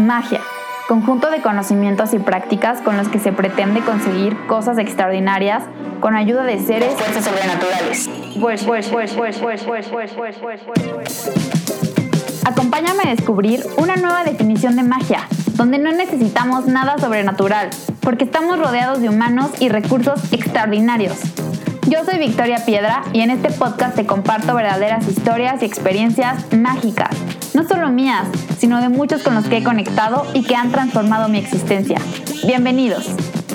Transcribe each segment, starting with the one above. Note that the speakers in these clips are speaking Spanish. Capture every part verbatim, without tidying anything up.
Magia, conjunto de conocimientos y prácticas con los que se pretende conseguir cosas extraordinarias con ayuda de seres fuerzas sobrenaturales. Acompáñame a descubrir una nueva definición de magia, donde no necesitamos nada sobrenatural, porque estamos rodeados de humanos y recursos extraordinarios. Yo soy Victoria Piedra y en este podcast te comparto verdaderas historias y experiencias mágicas, no solo mías, sino de muchos con los que he conectado y que han transformado mi existencia. Bienvenidos.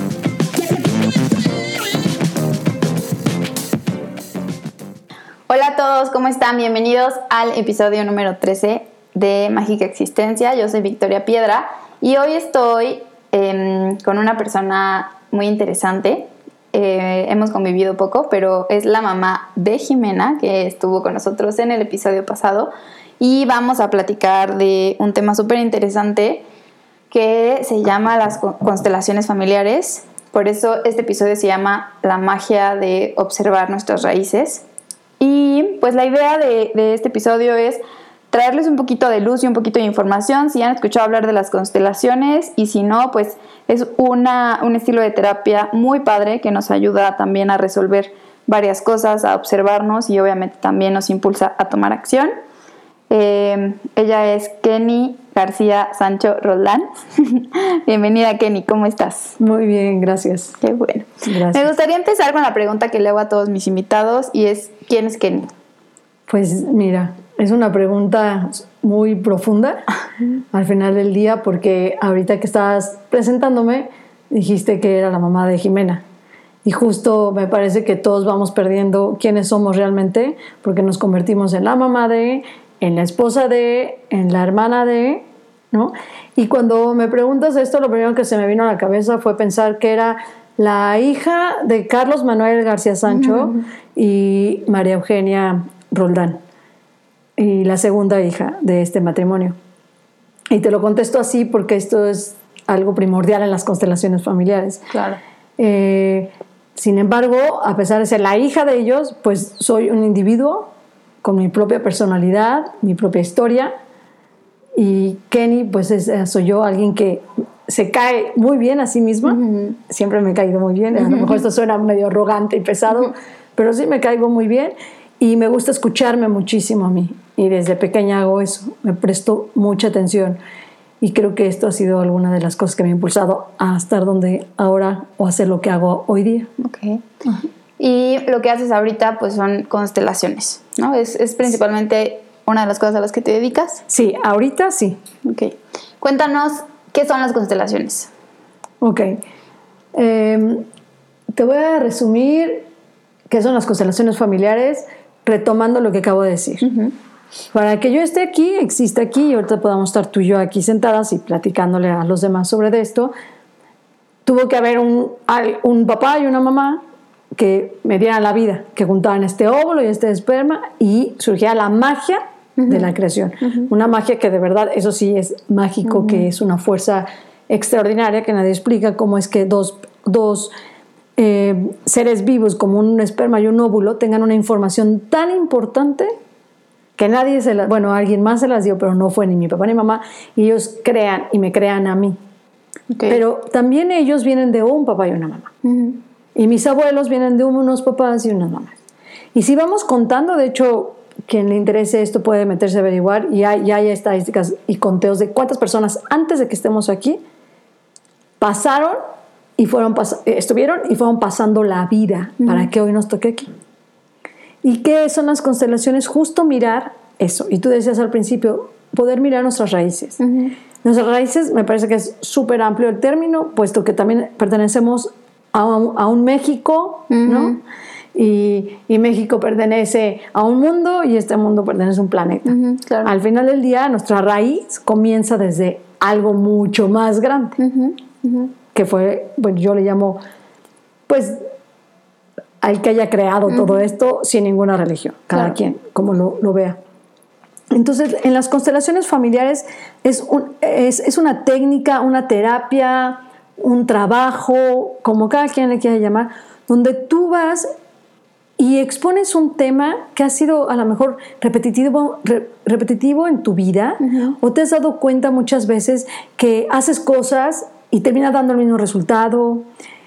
Hola a todos, ¿cómo están? Bienvenidos al episodio número trece de Mágica Existencia. Yo soy Victoria Piedra y hoy estoy eh, con una persona muy interesante. Eh, hemos convivido poco, pero es la mamá de Jimena, que estuvo con nosotros en el episodio pasado, y vamos a platicar de un tema súper interesante que se llama las constelaciones familiares. Por eso este episodio se llama La magia de observar nuestras raíces. Y pues la idea de, de este episodio es traerles un poquito de luz y un poquito de información, si han escuchado hablar de las constelaciones, y si no, pues es una, un estilo de terapia muy padre que nos ayuda también a resolver varias cosas, a observarnos y obviamente también nos impulsa a tomar acción. Eh, ella es Kenny García Sancho Roldán. Bienvenida, Kenny, ¿cómo estás? Muy bien, gracias. Qué bueno. Gracias. Me gustaría empezar con la pregunta que le hago a todos mis invitados y es, ¿quién es Kenny? Pues mira, es una pregunta muy profunda al final del día, porque ahorita que estabas presentándome dijiste que era la mamá de Jimena, y justo me parece que todos vamos perdiendo quiénes somos realmente, porque nos convertimos en la mamá de, en la esposa de, en la hermana de, ¿no? Y cuando me preguntas esto, lo primero que se me vino a la cabeza fue pensar que era la hija de Carlos Manuel García Sancho uh-huh. y María Eugenia Roldán, y la segunda hija de este matrimonio. Y te lo contesto así porque esto es algo primordial en las constelaciones familiares. Claro. Eh, sin embargo, a pesar de ser la hija de ellos, pues soy un individuo con mi propia personalidad, mi propia historia, y Kenny, pues es, soy yo, alguien que se cae muy bien a sí misma. Uh-huh. Siempre me he caído muy bien. Uh-huh. A lo mejor esto suena medio arrogante y pesado, uh-huh. pero sí me caigo muy bien. Y me gusta escucharme muchísimo a mí. Y desde pequeña hago eso. Me presto mucha atención. Y creo que esto ha sido alguna de las cosas que me ha impulsado a estar donde ahora o hacer lo que hago hoy día. Okay. Uh-huh. Y lo que haces ahorita pues son constelaciones, ¿no? ¿Es, es principalmente una de las cosas a las que te dedicas? Sí, ahorita sí. Ok. Cuéntanos, ¿qué son las constelaciones? Ok. Eh, te voy a resumir qué son las constelaciones familiares, retomando lo que acabo de decir. Uh-huh. Para que yo esté aquí, existe aquí, y ahorita podamos estar tú y yo aquí sentadas y platicándole a los demás sobre esto, tuvo que haber un, un papá y una mamá que me dieran la vida, que juntaban este óvulo y este esperma, y surgía la magia uh-huh. de la creación. Uh-huh. Una magia que de verdad, eso sí es mágico, uh-huh. que es una fuerza extraordinaria que nadie explica cómo es que dos... dos Eh, seres vivos como un esperma y un óvulo tengan una información tan importante que nadie se la, bueno, alguien más se las dio, pero no fue ni mi papá ni mamá, y ellos crean y me crean a mí. Okay. Pero también ellos vienen de un papá y una mamá. Uh-huh. Y mis abuelos vienen de unos papás y unas mamás. Y si vamos contando, de hecho, quien le interese esto puede meterse a averiguar, y hay, ya hay estadísticas y conteos de cuántas personas antes de que estemos aquí pasaron y fueron pas- estuvieron y fueron pasando la vida uh-huh. para que hoy nos toque aquí. ¿Y qué son las constelaciones? Justo mirar eso. Y tú decías al principio, poder mirar nuestras raíces. Uh-huh. Nuestras raíces, me parece que es súper amplio el término, puesto que también pertenecemos a un, a un México, uh-huh. ¿no? Y, y México pertenece a un mundo y este mundo pertenece a un planeta. Uh-huh, claro. Al final del día, nuestra raíz comienza desde algo mucho más grande. Uh-huh. Uh-huh. Que fue, bueno, yo le llamo, pues, al que haya creado uh-huh. todo esto sin ninguna religión, cada claro. quien, como lo, lo vea. Entonces, en las constelaciones familiares es, un, es, es una técnica, una terapia, un trabajo, como cada quien le quiera llamar, donde tú vas y expones un tema que ha sido a lo mejor repetitivo, re, repetitivo en tu vida, uh-huh. o te has dado cuenta muchas veces que haces cosas y terminas dando el mismo resultado,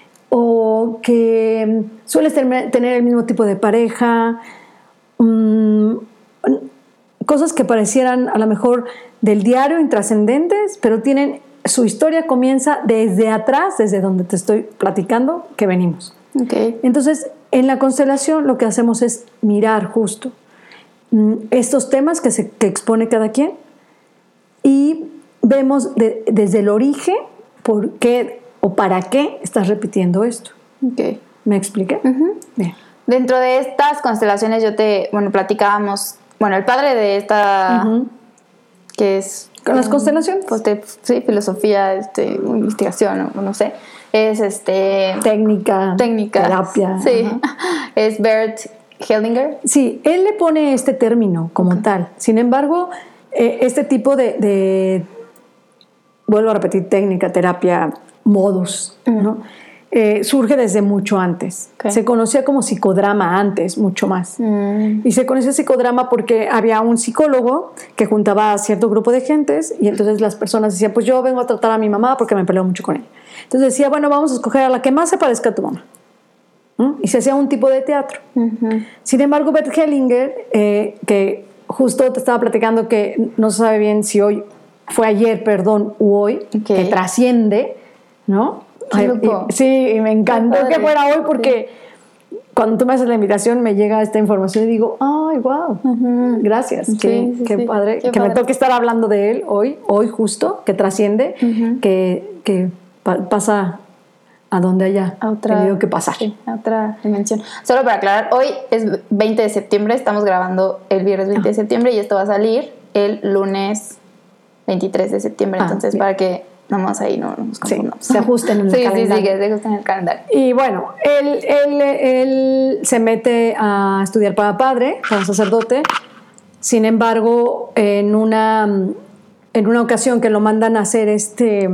o que sueles tener, tener el mismo tipo de pareja, um, cosas que parecieran a lo mejor del diario intrascendentes, pero tienen, su historia comienza desde atrás, desde donde te estoy platicando que venimos. Okay. Entonces, en la constelación lo que hacemos es mirar justo estos temas que, se, que expone cada quien y vemos de, desde el origen por qué o para qué estás repitiendo esto. Okay. ¿Me expliqué? Uh-huh. Bien. Dentro de estas constelaciones yo te, bueno, platicábamos, bueno, el padre de esta, uh-huh. que es... ¿Con um, las constelaciones? Pues de, sí, filosofía, este, investigación, o no sé, es este... Técnica. Técnica. Terapia. Sí, uh-huh. Es Bert Hellinger. Sí, él le pone este término como okay. tal. Sin embargo, eh, este tipo de, de, vuelvo a repetir, técnica, terapia, modus, uh-huh. ¿no? Eh, surge desde mucho antes. Okay. Se conocía como psicodrama antes, mucho más. Mm. Y se conocía psicodrama porque había un psicólogo que juntaba a cierto grupo de gentes y entonces las personas decían, pues yo vengo a tratar a mi mamá porque me peleo mucho con ella. Entonces decía, bueno, vamos a escoger a la que más se parezca a tu mamá. ¿Mm? Y se hacía un tipo de teatro. Uh-huh. Sin embargo, Bert Hellinger, eh, que justo te estaba platicando que no se sabe bien si hoy, fue ayer, perdón, u hoy, okay. que trasciende, ¿no? Ay, y, sí, y me encantó que fuera hoy porque sí. cuando tú me haces la invitación me llega esta información y digo, ay, wow, uh-huh. gracias, sí, qué, sí, qué sí. padre, qué que padre. Me toque estar hablando de él hoy, hoy justo, que trasciende, uh-huh. que, que pa- pasa a donde haya a otra, tenido que pasar. Sí, a otra dimensión. Solo para aclarar, hoy es veinte de septiembre, estamos grabando el viernes veinte ah. de septiembre y esto va a salir el lunes veintitrés de septiembre, ah, entonces bien. Para que... Nomás ahí no nos confundamos. Sí, se ajusten en el sí, calendario. Sí, sí, que se ajusten en el calendario. Y bueno, él, él, él se mete a estudiar para padre, para sacerdote. Sin embargo, en una, en una ocasión que lo mandan a hacer este...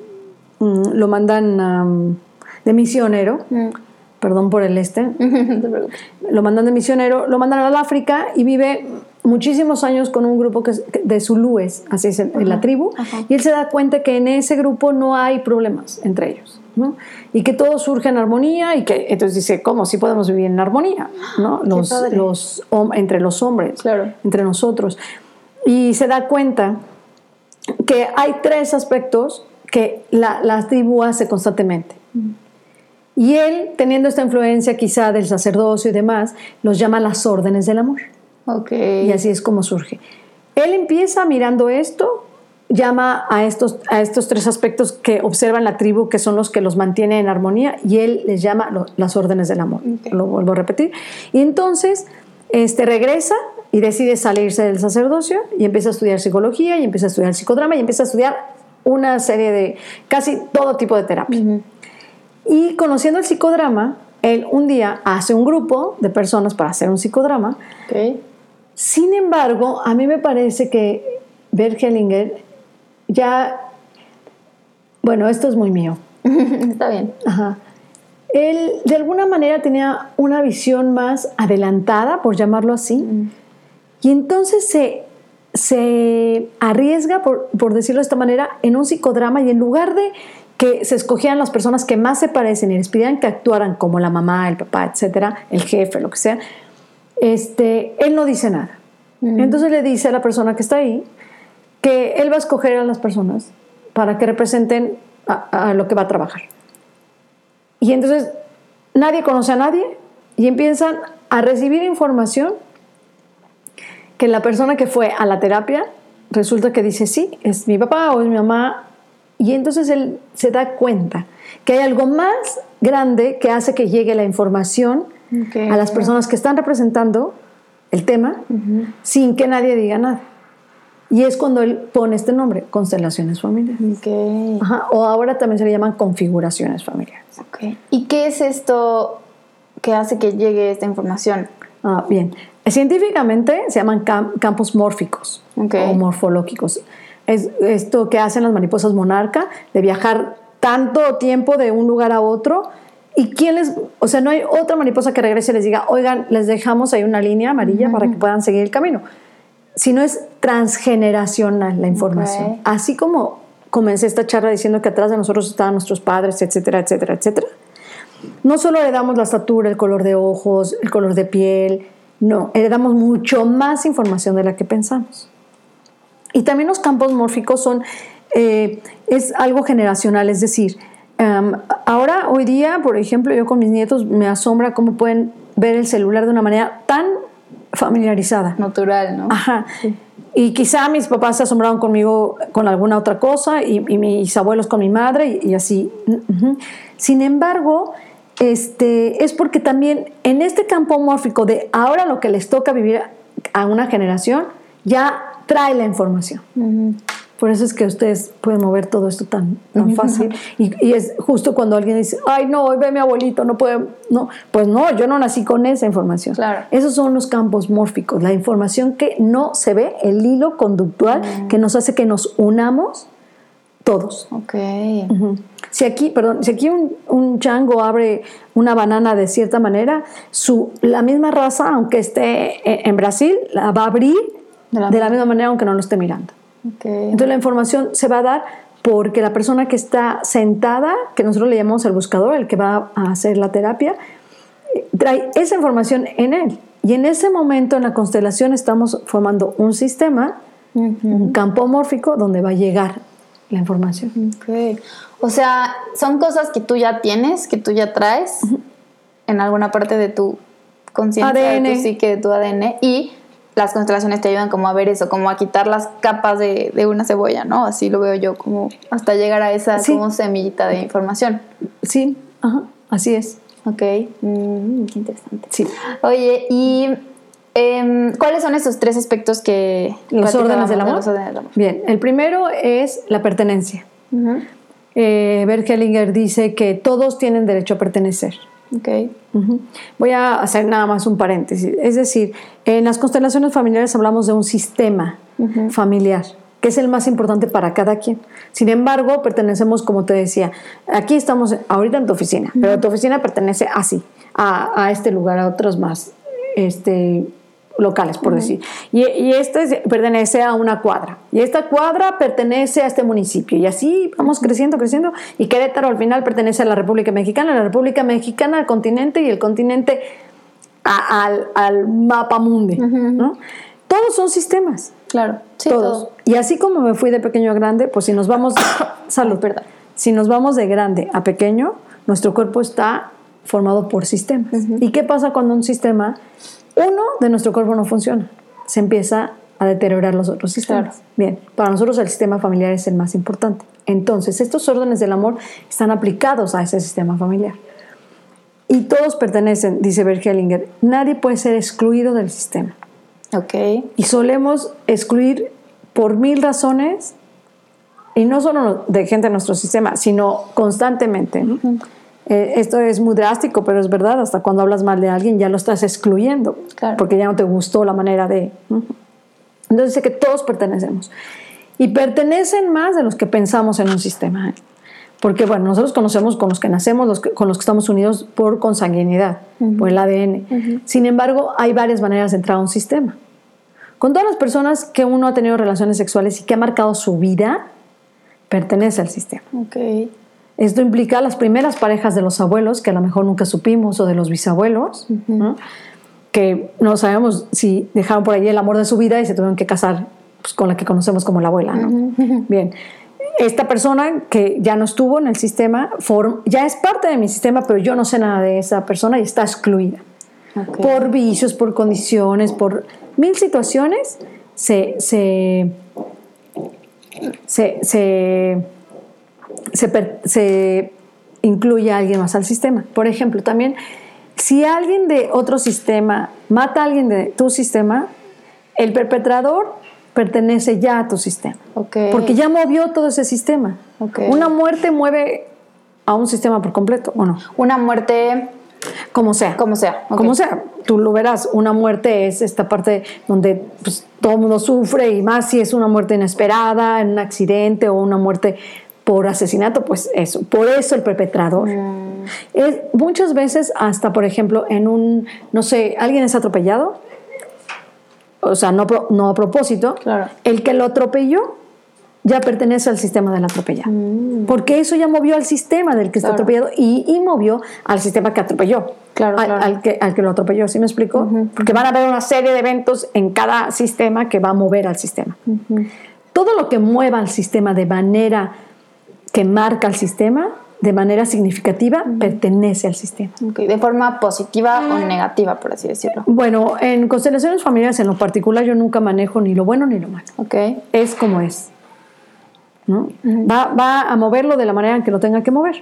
Lo mandan um, de misionero. Mm. Perdón por el este. Lo mandan de misionero, lo mandan al África y vive muchísimos años con un grupo que es de zulúes, así es en, uh-huh. en la tribu, uh-huh. y él se da cuenta que en ese grupo no hay problemas entre ellos, ¿no? Y que todo surge en armonía y que entonces dice, ¿cómo? Sí podemos vivir en armonía, ¿no? Los, los, entre los hombres, claro. entre nosotros. Y se da cuenta que hay tres aspectos que la, la tribu hace constantemente. Uh-huh. Y él, teniendo esta influencia quizá del sacerdocio y demás, los llama las órdenes del amor. Okay. Y así es como surge. Él empieza mirando esto, llama a estos, a estos tres aspectos que observan la tribu, que son los que los mantiene en armonía, y él les llama lo, las órdenes del amor. Okay. Lo vuelvo a repetir. Y entonces este, regresa y decide salirse del sacerdocio y empieza a estudiar psicología y empieza a estudiar psicodrama y empieza a estudiar una serie de, casi todo tipo de terapia. Uh-huh. Y conociendo el psicodrama, él un día hace un grupo de personas para hacer un psicodrama. Okay. Sin embargo, a mí me parece que Bert Hellinger ya... Bueno, esto es muy mío. Está bien. Ajá. Él, de alguna manera, tenía una visión más adelantada, por llamarlo así. Mm. Y entonces se, se arriesga, por, por decirlo de esta manera, en un psicodrama y en lugar de... que se escogieran las personas que más se parecen y les pidieran que actuaran como la mamá, el papá, etcétera, el jefe, lo que sea, este, él no dice nada. Mm. Entonces le dice a la persona que está ahí que él va a escoger a las personas para que representen a, a lo que va a trabajar. Y entonces nadie conoce a nadie y empiezan a recibir información que la persona que fue a la terapia resulta que dice, sí, es mi papá o es mi mamá. Y entonces él se da cuenta que hay algo más grande que hace que llegue la información okay. a las personas que están representando el tema uh-huh. sin que nadie diga nada. Y es cuando él pone este nombre, constelaciones familiares. Okay. Ajá, o ahora también se le llaman configuraciones familiares. Okay. ¿Y qué es esto que hace que llegue esta información? Ah, bien. Científicamente se llaman cam- campos mórficos okay. o morfológicos. Es esto que hacen las mariposas monarca, de viajar tanto tiempo de un lugar a otro ¿Y quién les, o sea, no hay otra mariposa que regrese y les diga, oigan, les dejamos ahí una línea amarilla uh-huh. para que puedan seguir el camino? Sino es transgeneracional la información. Okay. Así como comencé esta charla diciendo que atrás de nosotros estaban nuestros padres, etcétera, etcétera, etcétera. No solo heredamos la estatura, el color de ojos, el color de piel, no, heredamos mucho más información de la que pensamos. Y también los campos mórficos son, eh, es algo generacional, es decir, Um, ahora, hoy día, por ejemplo, yo con mis nietos me asombra cómo pueden ver el celular de una manera tan familiarizada. Natural, ¿no? Ajá. Sí. Y quizá mis papás se asombraron conmigo con alguna otra cosa y, y mis abuelos con mi madre y, y así. Uh-huh. Sin embargo, este, es porque también en este campo mórfico de ahora lo que les toca vivir a una generación ya trae la información. Uh-huh. Por eso es que ustedes pueden mover todo esto tan, tan fácil. Y, y es justo cuando alguien dice, ay, no, hoy ve mi abuelito, no puede. No, pues no, yo no nací con esa información. Claro. Esos son los campos mórficos, la información que no se ve, el hilo conductual mm. que nos hace que nos unamos todos. Ok. Uh-huh. Si aquí, perdón, si aquí un, un chango abre una banana de cierta manera, su, la misma raza, aunque esté en Brasil, la va a abrir de la, de la misma manera aunque no lo esté mirando. Okay. Entonces la información se va a dar porque la persona que está sentada, que nosotros le llamamos el buscador, el que va a hacer la terapia, trae esa información en él. Y en ese momento en la constelación estamos formando un sistema, uh-huh. un campo mórfico donde va a llegar la información. Okay. O sea, son cosas que tú ya tienes, que tú ya traes uh-huh. en alguna parte de tu conciencia, A D N. de tu psique, de tu A D N, y las constelaciones te ayudan como a ver eso, como a quitar las capas de, de una cebolla, ¿no? Así lo veo yo, como hasta llegar a esa sí. como semillita de información. Sí, ajá, así es. Ok, mm, qué interesante. Sí. Oye, ¿y eh, cuáles son esos tres aspectos que... Los órdenes del amor. Los órdenes del amor. Bien, el primero es la pertenencia. Uh-huh. Eh, Bert Hellinger dice que todos tienen derecho a pertenecer. Okay. Uh-huh. Voy a hacer nada más un paréntesis. Es decir, en las constelaciones familiares hablamos de un sistema uh-huh. familiar, que es el más importante para cada quien. Sin embargo, pertenecemos, como te decía, aquí estamos ahorita en tu oficina, uh-huh. pero tu oficina pertenece así, a, a este lugar, a otros más este, locales, por uh-huh. decir. Y, y este pertenece a una cuadra. Y esta cuadra pertenece a este municipio. Y así vamos creciendo, creciendo. Y Querétaro al final pertenece a la República Mexicana, la República Mexicana al continente y el continente a, al, al mapa mundi. Uh-huh. ¿No? Todos son sistemas. Claro, sí, todos. Todo. Y así como me fui de pequeño a grande, pues si nos vamos... salud, perdón. Si nos vamos de grande a pequeño, nuestro cuerpo está formado por sistemas. Uh-huh. ¿Y qué pasa cuando un sistema... Uno de nuestro cuerpo no funciona, se empieza a deteriorar los otros sistemas. Claro. Bien, para nosotros el sistema familiar es el más importante. Entonces, estos órdenes del amor están aplicados a ese sistema familiar. Y todos pertenecen, dice Bert Hellinger, nadie puede ser excluido del sistema. Okay. Y solemos excluir por mil razones, y no solo de gente de nuestro sistema, sino constantemente, ¿no? Uh-huh. Eh, esto es muy drástico, pero es verdad, hasta cuando hablas mal de alguien ya lo estás excluyendo, claro. porque ya no te gustó la manera de... Uh-huh. Entonces dice que todos pertenecemos. Y pertenecen más de los que pensamos en un sistema. ¿eh? Porque, bueno, nosotros conocemos con los que nacemos, los que, con los que estamos unidos por consanguinidad, uh-huh. por el A D N. Uh-huh. Sin embargo, hay varias maneras de entrar a un sistema. Con todas las personas que uno ha tenido relaciones sexuales y que ha marcado su vida, pertenece al sistema. Okay. Esto implica las primeras parejas de los abuelos, que a lo mejor nunca supimos, o de los bisabuelos, uh-huh. ¿no? que no sabemos si dejaron por ahí el amor de su vida y se tuvieron que casar pues, con la que conocemos como la abuela. ¿no? Uh-huh. Bien, esta persona que ya no estuvo en el sistema, form, ya es parte de mi sistema, pero yo no sé nada de esa persona y está excluida. Okay. Por vicios, por condiciones, por mil situaciones, se... se, se, se Se, per, se incluye a alguien más al sistema. Por ejemplo, también, si alguien de otro sistema mata a alguien de tu sistema, el perpetrador pertenece ya a tu sistema. Okay. Porque ya movió todo ese sistema. Okay. Una muerte mueve a un sistema por completo, ¿o no? Una muerte... Como sea. Como sea. Okay. Como sea. Tú lo verás. Una muerte es esta parte donde pues, todo el mundo sufre, y más si es una muerte inesperada, en un accidente o una muerte... por asesinato, pues eso, por eso el perpetrador. Mm. Es, muchas veces hasta, por ejemplo, en un, no sé, alguien es atropellado, o sea, no, no a propósito, claro. El que lo atropelló ya pertenece al sistema del atropellado. Mm. Porque eso ya movió al sistema del que está claro. atropellado y, y movió al sistema que atropelló. Claro, al, claro. Al, que, al que lo atropelló, ¿sí me explico? Uh-huh. Porque van a haber una serie de eventos en cada sistema que va a mover al sistema. Uh-huh. Todo lo que mueva al sistema de manera que marca al sistema, de manera significativa, uh-huh. pertenece al sistema. Okay. ¿De forma positiva uh-huh. o negativa, por así decirlo? Bueno, en constelaciones familiares en lo particular yo nunca manejo ni lo bueno ni lo malo. Okay. Es como es. ¿No? Uh-huh. Va, va a moverlo de la manera en que lo tenga que mover.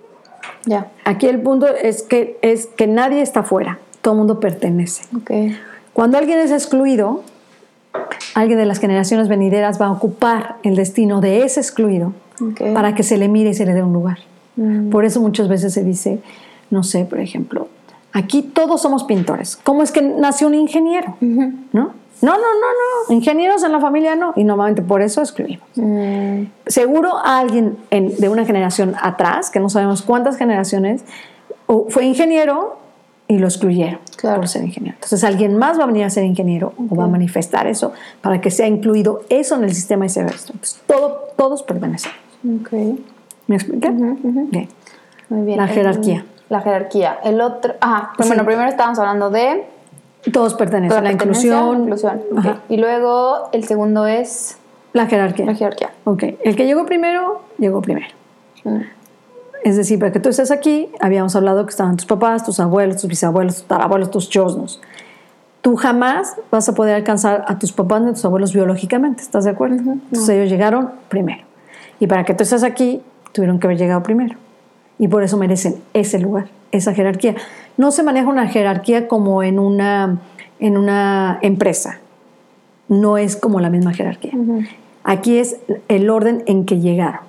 Ya. Yeah. Aquí el punto es que, es que nadie está fuera, todo el mundo pertenece. Okay. Cuando alguien es excluido, alguien de las generaciones venideras va a ocupar el destino de ese excluido okay. para que se le mire y se le dé un lugar. Uh-huh. Por eso muchas veces se dice, no sé, por ejemplo, aquí todos somos pintores. ¿Cómo es que nació un ingeniero? Uh-huh. ¿No? No, no, no, no. Ingenieros en la familia no. Y normalmente por eso excluimos. Mm. Seguro alguien en, de una generación atrás, que no sabemos cuántas generaciones, o fue ingeniero y lo excluyeron claro. por ser ingeniero. Entonces alguien más va a venir a ser ingeniero okay. o va a manifestar eso para que sea incluido eso en el sistema y se vea esto. Entonces todo, todos pertenecemos. Okay. ¿Me expliqué? Uh-huh, uh-huh. Bien. Muy bien. La jerarquía. La jerarquía. El otro... Ajá. Sí. Bueno, primero estábamos hablando de... Todos pertenecen. La inclusión. La inclusión. Okay. Y luego el segundo es... La jerarquía. La jerarquía. Ok. El que llegó primero, llegó primero. Mm. Es decir, para que tú estés aquí, habíamos hablado que estaban tus papás, tus abuelos, tus bisabuelos, tus tarabuelos, tus chosnos. Tú jamás vas a poder alcanzar a tus papás ni a tus abuelos biológicamente, ¿estás de acuerdo? Uh-huh. Entonces ellos llegaron primero. Y para que tú estés aquí, tuvieron que haber llegado primero. Y por eso merecen ese lugar, esa jerarquía. No se maneja una jerarquía como en una, en una empresa. No es como la misma jerarquía. Uh-huh. Aquí es el orden en que llegaron.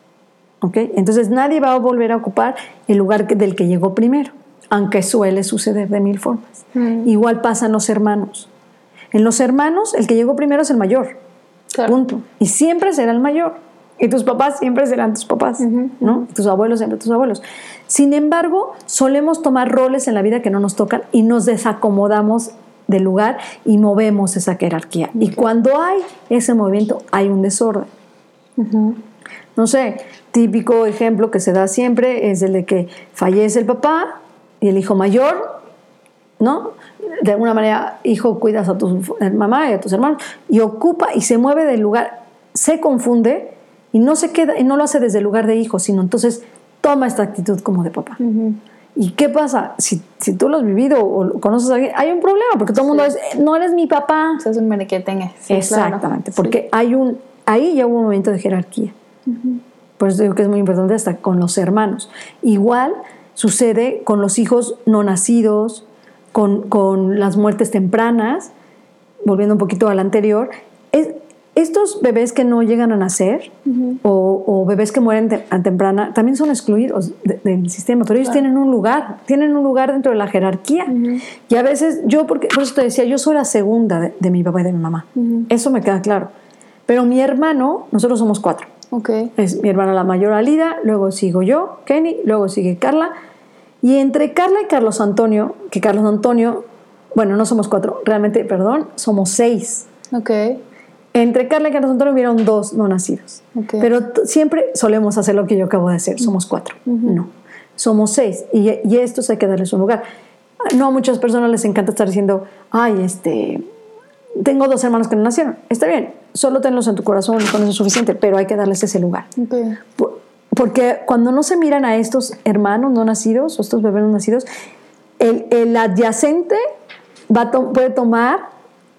¿Okay? Entonces nadie va a volver a ocupar el lugar del que llegó primero, aunque suele suceder de mil formas. Uh-huh. Igual pasa en los hermanos. En los hermanos, el que llegó primero es el mayor. Claro. Punto. Y siempre será el mayor. Y tus papás siempre serán tus papás, uh-huh. ¿no? Tus abuelos siempre tus abuelos. Sin embargo, solemos tomar roles en la vida que no nos tocan y nos desacomodamos del lugar y movemos esa jerarquía. Okay. Y cuando hay ese movimiento, hay un desorden. Uh-huh. No sé, típico ejemplo que se da siempre es el de que fallece el papá y el hijo mayor, ¿no? De alguna manera, hijo, cuidas a tu mamá y a tus hermanos y ocupa y se mueve del lugar, se confunde y no se queda y no lo hace desde el lugar de hijo, sino entonces toma esta actitud como de papá. Uh-huh. ¿Y qué pasa? Si, si tú lo has vivido o conoces a alguien, hay un problema, porque todo el mundo sí. es, no eres mi papá. Eso es un merequetengue. Sí, exactamente, claro. porque sí. hay un, ahí ya hubo un momento de jerarquía. Uh-huh. Por eso digo que es muy importante hasta con los hermanos. Igual sucede con los hijos no nacidos, con, con las muertes tempranas, volviendo un poquito al anterior. Es, estos bebés que no llegan a nacer uh-huh. o, o bebés que mueren te, a temprana también son excluidos de, del sistema, pero ellos claro. tienen un lugar, tienen un lugar dentro de la jerarquía. Uh-huh. Y a veces, yo, porque, por eso te decía, yo soy la segunda de, de mi papá y de mi mamá. Uh-huh. Eso me queda claro. Pero mi hermano, nosotros somos cuatro. Okay. Es mi hermana la mayor, Alida, luego sigo yo, Kenny, luego sigue Carla. Y entre Carla y Carlos Antonio, que Carlos Antonio, bueno, no somos cuatro, realmente, perdón, somos seis. Okay. Entre Carla y Carlos Antonio hubieron dos no nacidos. Okay. Pero t- siempre solemos hacer lo que yo acabo de decir. Somos cuatro. Uh-huh. No. Somos seis. Y, y estos hay que darles un lugar. No a muchas personas les encanta estar diciendo, ay, este, tengo dos hermanos que no nacieron. Está bien, solo tenlos en tu corazón y con eso es suficiente, pero hay que darles ese lugar. Okay. Por, porque cuando no se miran a estos hermanos no nacidos o estos bebés no nacidos, el, el adyacente va a to- puede tomar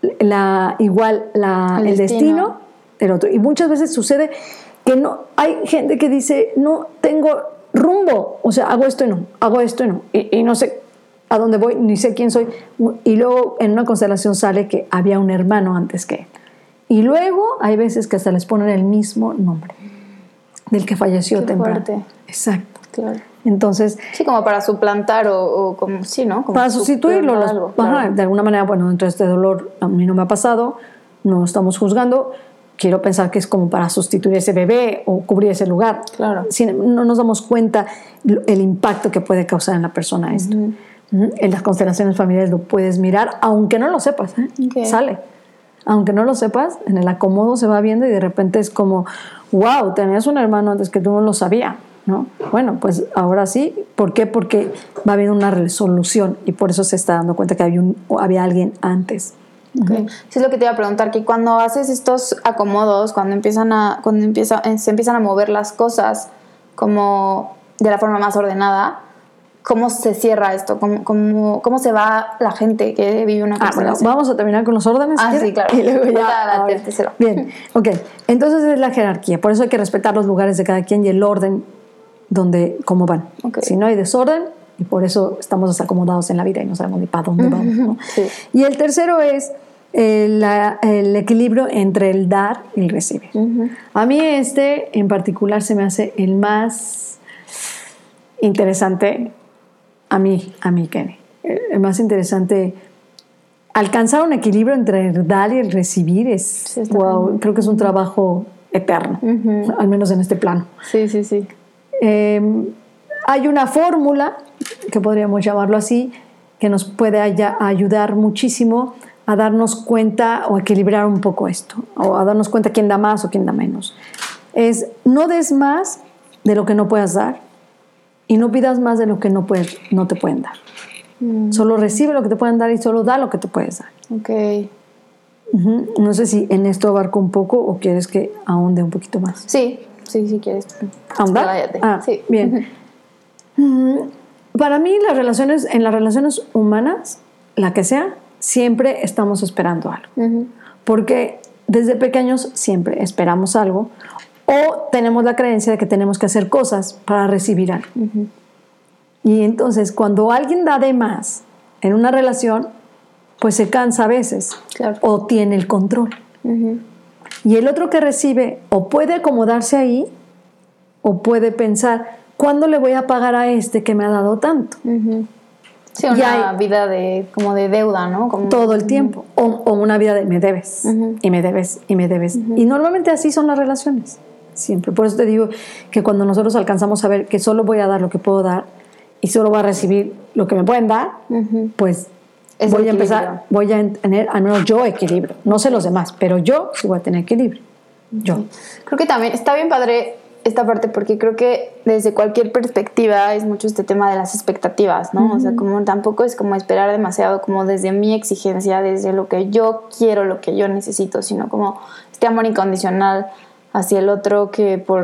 la, igual la, el, el destino. destino del otro. Y muchas veces sucede que no hay gente que dice, no tengo rumbo, o sea, hago esto y no, hago esto y no, y, y no sé a dónde voy, ni sé quién soy. Y luego en una constelación sale que había un hermano antes que él. Y luego hay veces que hasta les ponen el mismo nombre del que falleció Qué temprano. Fuerte. Exacto. Claro. Entonces, sí, como para suplantar o, o como, sí, ¿no? Como para sustituirlo. Los, algo, ajá, claro. De alguna manera, bueno, dentro de este dolor a mí no me ha pasado, no estamos juzgando, quiero pensar que es como para sustituir ese bebé o cubrir ese lugar. Claro. Si no nos damos cuenta el impacto que puede causar en la persona esto. Uh-huh. Uh-huh. En las constelaciones familiares lo puedes mirar, aunque no lo sepas, ¿eh? Okay. Sale. Aunque no lo sepas, en el acomodo se va viendo y de repente es como, wow, tenías un hermano antes que tú no lo sabía, ¿no? Bueno, pues ahora sí. ¿Por qué? Porque va a haber una resolución y por eso se está dando cuenta que había, un, había alguien antes. Okay. Uh-huh. Sí, es lo que te iba a preguntar, que cuando haces estos acomodos, cuando empiezan a, cuando empieza, se empiezan a mover las cosas como de la forma más ordenada, ¿cómo se cierra esto? ¿Cómo, cómo, cómo se va la gente que vive una constelación? Ah, bueno, vamos a terminar con los órdenes. Ah, sí, claro. Y luego ya, la tercera. Bien, ok. Entonces es la jerarquía. Por eso hay que respetar los lugares de cada quien y el orden donde, cómo van. Okay. Si no hay desorden, y por eso estamos desacomodados en la vida y no sabemos ni para dónde vamos, ¿no? Sí. Y el tercero es el, el equilibrio entre el dar y el recibir. Uh-huh. A mí este en particular se me hace el más interesante. A mí, a mí, Kenny. El más interesante, alcanzar un equilibrio entre el dar y el recibir es, sí, wow, bien. Creo que es un trabajo eterno, uh-huh. al menos en este plano. Sí, sí, sí. Eh, hay una fórmula, que podríamos llamarlo así, que nos puede haya, ayudar muchísimo a darnos cuenta o equilibrar un poco esto, o a darnos cuenta quién da más o quién da menos. Es, no des más de lo que no puedas dar, y no pidas más de lo que no, puedes, no te pueden dar. Mm. Solo recibe lo que te pueden dar y solo da lo que te puedes dar. Ok. Uh-huh. No sé si en esto abarco un poco o quieres que ahonde un poquito más. Sí, sí, sí quieres. ¿Ahondar? Ah, sí. Bien. Uh-huh. Para mí, las relaciones, en las relaciones humanas, la que sea, siempre estamos esperando algo. Uh-huh. Porque desde pequeños siempre esperamos algo. O tenemos la creencia de que tenemos que hacer cosas para recibir algo. Uh-huh. Y entonces, cuando alguien da de más en una relación, pues se cansa a veces. Claro. O tiene el control. Uh-huh. Y el otro que recibe o puede acomodarse ahí o puede pensar, ¿cuándo le voy a pagar a este que me ha dado tanto? Uh-huh. Sí, una hay, vida de, como de deuda, ¿no? Como, todo el tiempo. Uh-huh. o, o una vida de me debes, uh-huh. y me debes, y me debes. Uh-huh. Y normalmente así son las relaciones. Siempre. Por eso te digo que cuando nosotros alcanzamos a ver que solo voy a dar lo que puedo dar y solo voy a recibir lo que me pueden dar, uh-huh. pues es voy a empezar, voy a tener al menos yo equilibrio. No sé los demás, pero yo sí voy a tener equilibrio. Yo. Sí. Creo que también está bien padre esta parte porque creo que desde cualquier perspectiva es mucho este tema de las expectativas, ¿no? Uh-huh. O sea, como tampoco es como esperar demasiado como desde mi exigencia, desde lo que yo quiero, lo que yo necesito, sino como este amor incondicional hacia el otro que por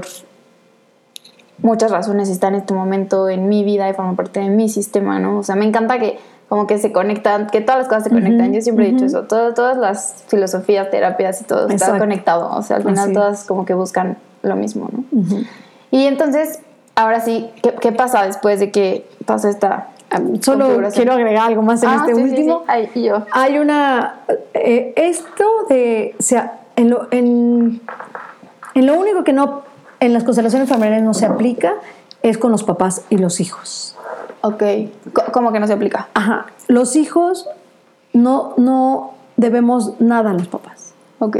muchas razones está en este momento en mi vida y forma parte de mi sistema, ¿no? O sea, me encanta que como que se conectan, que todas las cosas se conectan. Uh-huh, Yo siempre uh-huh. he dicho eso, todo, todas las filosofías, terapias y todo Exacto. está conectado. O sea, al final Así. todas como que buscan lo mismo, ¿no? Uh-huh. Y entonces, ahora sí, ¿qué, qué pasa después de que pasa esta um, Solo quiero agregar algo más en ah, este sí, último. Sí, sí. Ay, y yo. Hay una... Eh, esto de... O sea, en lo... En, En lo único que no, en las constelaciones familiares no se aplica es con los papás y los hijos. Ok. ¿Cómo que no se aplica? Ajá. Los hijos no, no debemos nada a los papás. Ok.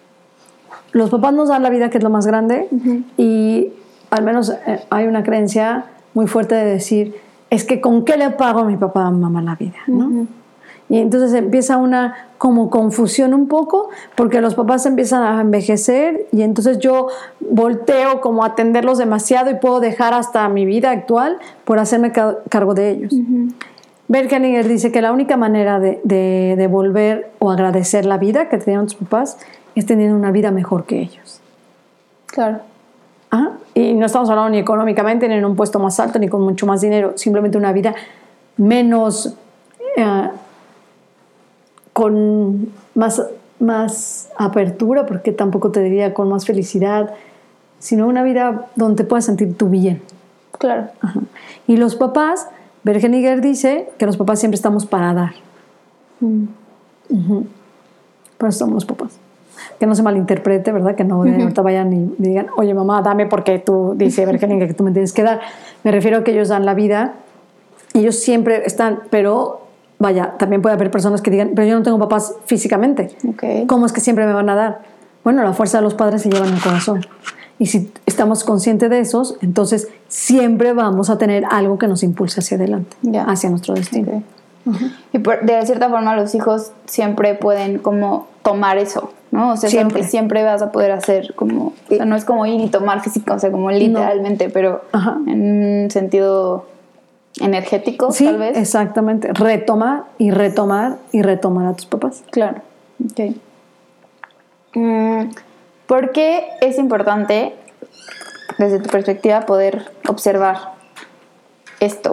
Los papás nos dan la vida, que es lo más grande, uh-huh. y al menos eh, hay una creencia muy fuerte de decir, es que ¿con qué le pago a mi papá o a mi mamá la vida? ¿No? Uh-huh. Y entonces empieza una como confusión un poco, porque los papás empiezan a envejecer y entonces yo volteo como a atenderlos demasiado y puedo dejar hasta mi vida actual por hacerme ca- cargo de ellos. Uh-huh. Bert Hellinger dice que la única manera de, de devolver o agradecer la vida que tenían tus papás es tener una vida mejor que ellos. Claro. Ajá. Y no estamos hablando ni económicamente, ni en un puesto más alto, ni con mucho más dinero, simplemente una vida menos... Uh, con más, más apertura, porque tampoco te diría con más felicidad, sino una vida donde te puedas sentir tú bien. Claro. Ajá. Y los papás, Bert Hellinger dice que los papás siempre estamos para dar. Mm. Uh-huh. Para eso estamos los papás. Que no se malinterprete, ¿verdad? Que no de uh-huh. ahorita vayan y digan, oye mamá, dame porque tú, dice Bert Hellinger, que tú me tienes que dar. Me refiero a que ellos dan la vida, ellos siempre están, pero... Vaya, también puede haber personas que digan, pero yo no tengo papás físicamente. Okay. ¿Cómo es que siempre me van a dar? Bueno, la fuerza de los padres se lleva en el corazón. Y si estamos conscientes de esos, entonces siempre vamos a tener algo que nos impulse hacia adelante, yeah. hacia nuestro destino. Okay. Uh-huh. Y por, de cierta forma los hijos siempre pueden como tomar eso, ¿no? O sea, siempre, que siempre vas a poder hacer como... O sea, no es como ir y tomar físico, o sea, como literalmente, no. pero Ajá. en un sentido energético, sí, tal vez. Exactamente. Retomar y retomar y retomar a tus papás. Claro. Ok. Mm, ¿por qué es importante, desde tu perspectiva, poder observar esto?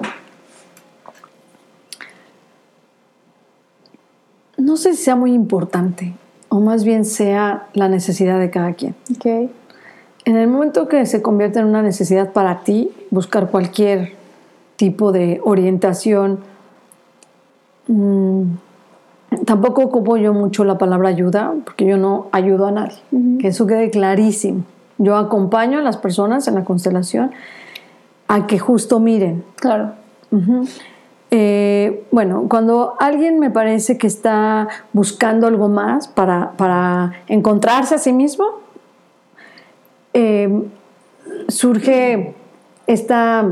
No sé si sea muy importante, o más bien sea la necesidad de cada quien. Okay. En el momento que se convierte en una necesidad para ti, buscar cualquier tipo de orientación, mmm, tampoco ocupo yo mucho la palabra ayuda, porque yo no ayudo a nadie, uh-huh. que eso quede clarísimo. Yo acompaño a las personas en la constelación a que justo miren. Claro. Uh-huh. Eh, bueno, cuando alguien me parece que está buscando algo más para, para encontrarse a sí mismo, eh, surge esta...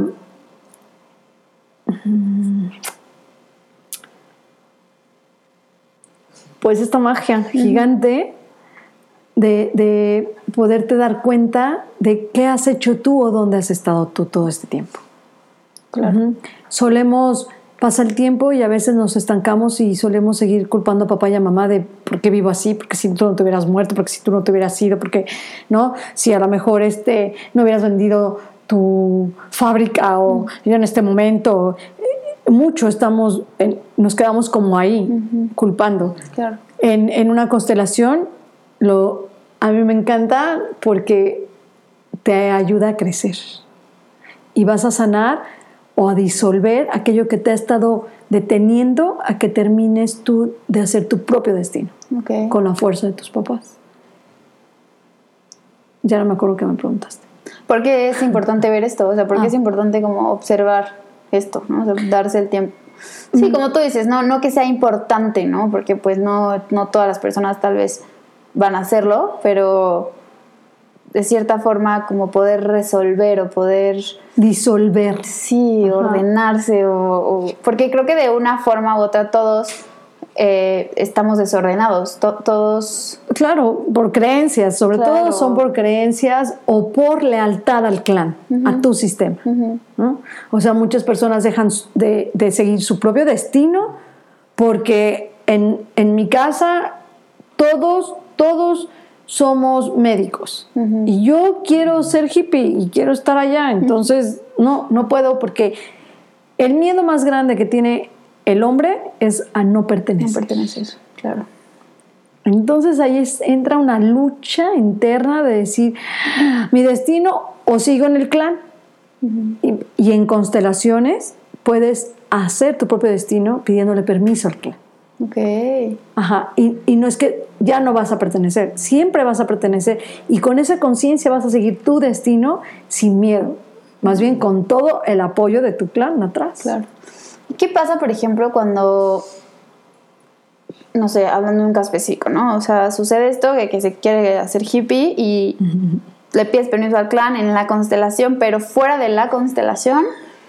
pues esta magia gigante de, de poderte dar cuenta de qué has hecho tú o dónde has estado tú todo este tiempo. Claro. Uh-huh. Solemos... Pasa el tiempo y a veces nos estancamos y solemos seguir culpando a papá y a mamá de por qué vivo así, porque si tú no te hubieras muerto, porque si tú no te hubieras ido, porque no, si a lo mejor este, no hubieras vendido tu fábrica o mm. yo en este momento, mucho estamos, en, nos quedamos como ahí, uh-huh. culpando. Claro. En, en una constelación, lo, a mí me encanta porque te ayuda a crecer y vas a sanar o a disolver aquello que te ha estado deteniendo a que termines tú de hacer tu propio destino, okay. con la fuerza de tus papás. Ya no me acuerdo qué me preguntaste. ¿Por qué es importante ver esto? O sea, ¿por qué ah. es importante como observar esto, ¿no? O sea, darse el tiempo. Sí, mm. como tú dices, no, no que sea importante, ¿no? Porque pues no, no todas las personas tal vez van a hacerlo, pero de cierta forma como poder resolver o poder... disolver. Sí, Ajá. ordenarse o, o... Porque creo que de una forma u otra todos eh, estamos desordenados, to- todos... Claro, por creencias, sobre claro. todo son por creencias o por lealtad al clan, uh-huh. a tu sistema. Uh-huh. ¿no? O sea, muchas personas dejan de, de seguir su propio destino porque en, en mi casa todos, todos... somos médicos uh-huh. y yo quiero ser hippie y quiero estar allá, entonces uh-huh. no, no puedo porque el miedo más grande que tiene el hombre es a no pertenecer. No pertenecer, claro. Entonces ahí es, entra una lucha interna de decir, mi destino o sigo en el clan uh-huh. y, y en constelaciones puedes hacer tu propio destino pidiéndole permiso al clan. Okay. Ajá, y, y no es que ya no vas a pertenecer, siempre vas a pertenecer y con esa conciencia vas a seguir tu destino sin miedo, más bien con todo el apoyo de tu clan atrás. Claro. ¿Qué pasa, por ejemplo, cuando, no sé, hablando de un caso específico, ¿no? O sea, sucede esto que, que se quiere hacer hippie y uh-huh. le pides permiso al clan en la constelación, pero fuera de la constelación,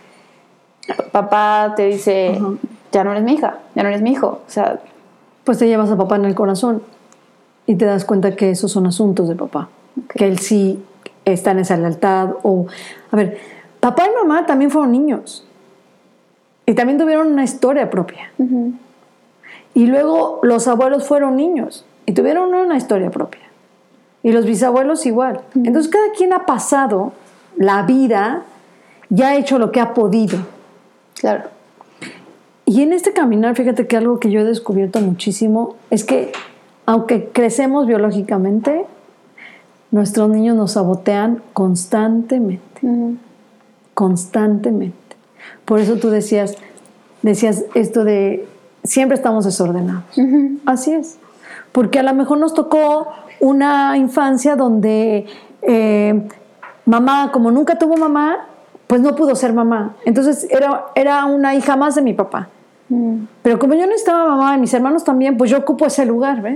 papá te dice... Uh-huh. ya no eres mi hija, ya no eres mi hijo. O sea, pues te llevas a papá en el corazón y te das cuenta que esos son asuntos de papá. Okay. Que él sí está en esa lealtad. O, a ver, papá y mamá también fueron niños. Y también tuvieron una historia propia. Uh-huh. Y luego los abuelos fueron niños y tuvieron una historia propia. Y los bisabuelos igual. Uh-huh. Entonces cada quien ha pasado la vida y ha hecho lo que ha podido. Claro. Y en este caminar, fíjate que algo que yo he descubierto muchísimo es que aunque crecemos biológicamente, nuestros niños nos sabotean constantemente. Uh-huh. Constantemente. Por eso tú decías, decías esto de siempre estamos desordenados. Uh-huh. Así es. Porque a lo mejor nos tocó una infancia donde eh, mamá, como nunca tuvo mamá, pues no pudo ser mamá. Entonces era, era una hija más de mi papá. Mm. Pero como yo no estaba mamá y mis hermanos también, pues yo ocupo ese lugar, ¿ves?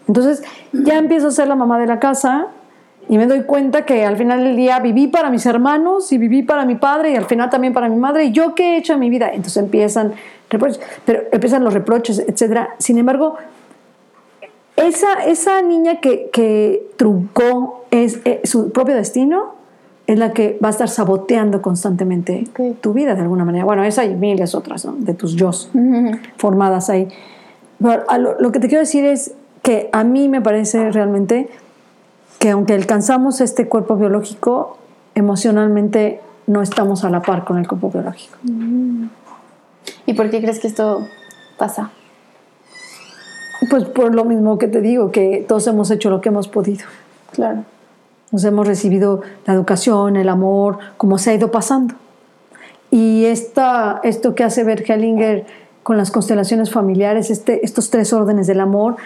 Entonces ya empiezo a ser la mamá de la casa y me doy cuenta que al final del día viví para mis hermanos y viví para mi padre y al final también para mi madre. ¿Y yo qué he hecho en mi vida? Entonces empiezan reproches, pero empiezan los reproches, etcétera. Sin embargo, esa, esa niña que, que truncó es, es su propio destino es la que va a estar saboteando constantemente okay. tu vida de alguna manera. Bueno, esa y miles otras, ¿no? De tus yos uh-huh. formadas ahí. Pero lo, lo que te quiero decir es que a mí me parece realmente que aunque alcanzamos este cuerpo biológico, emocionalmente no estamos a la par con el cuerpo biológico. Uh-huh. ¿Y por qué crees que esto pasa? Pues por lo mismo que te digo, que todos hemos hecho lo que hemos podido. Claro. Nos hemos recibido la educación, el amor, como se ha ido pasando. Y esta, esto que hace Bert Hellinger con las constelaciones familiares, este, estos tres órdenes del amor,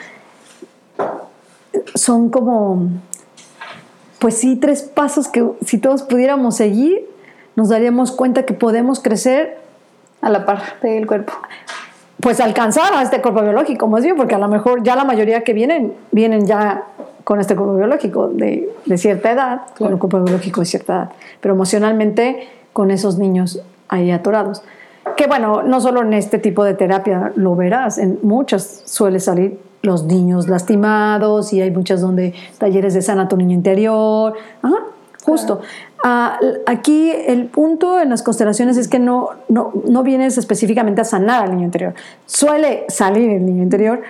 son como, pues sí, tres pasos que si todos pudiéramos seguir, nos daríamos cuenta que podemos crecer a la par del cuerpo. Pues alcanzar a este cuerpo biológico, más bien, porque a lo mejor ya la mayoría que vienen, vienen ya con este cuerpo biológico de, de cierta edad, claro. con el cuerpo biológico de cierta edad, pero emocionalmente con esos niños ahí atorados. Que bueno, no solo en este tipo de terapia lo verás, en muchas suele salir los niños lastimados y hay muchas donde talleres de sana tu niño interior. Ajá, justo. Claro. Uh, aquí el punto en las constelaciones es que no, no, no vienes específicamente a sanar al niño interior. Suele salir el niño interior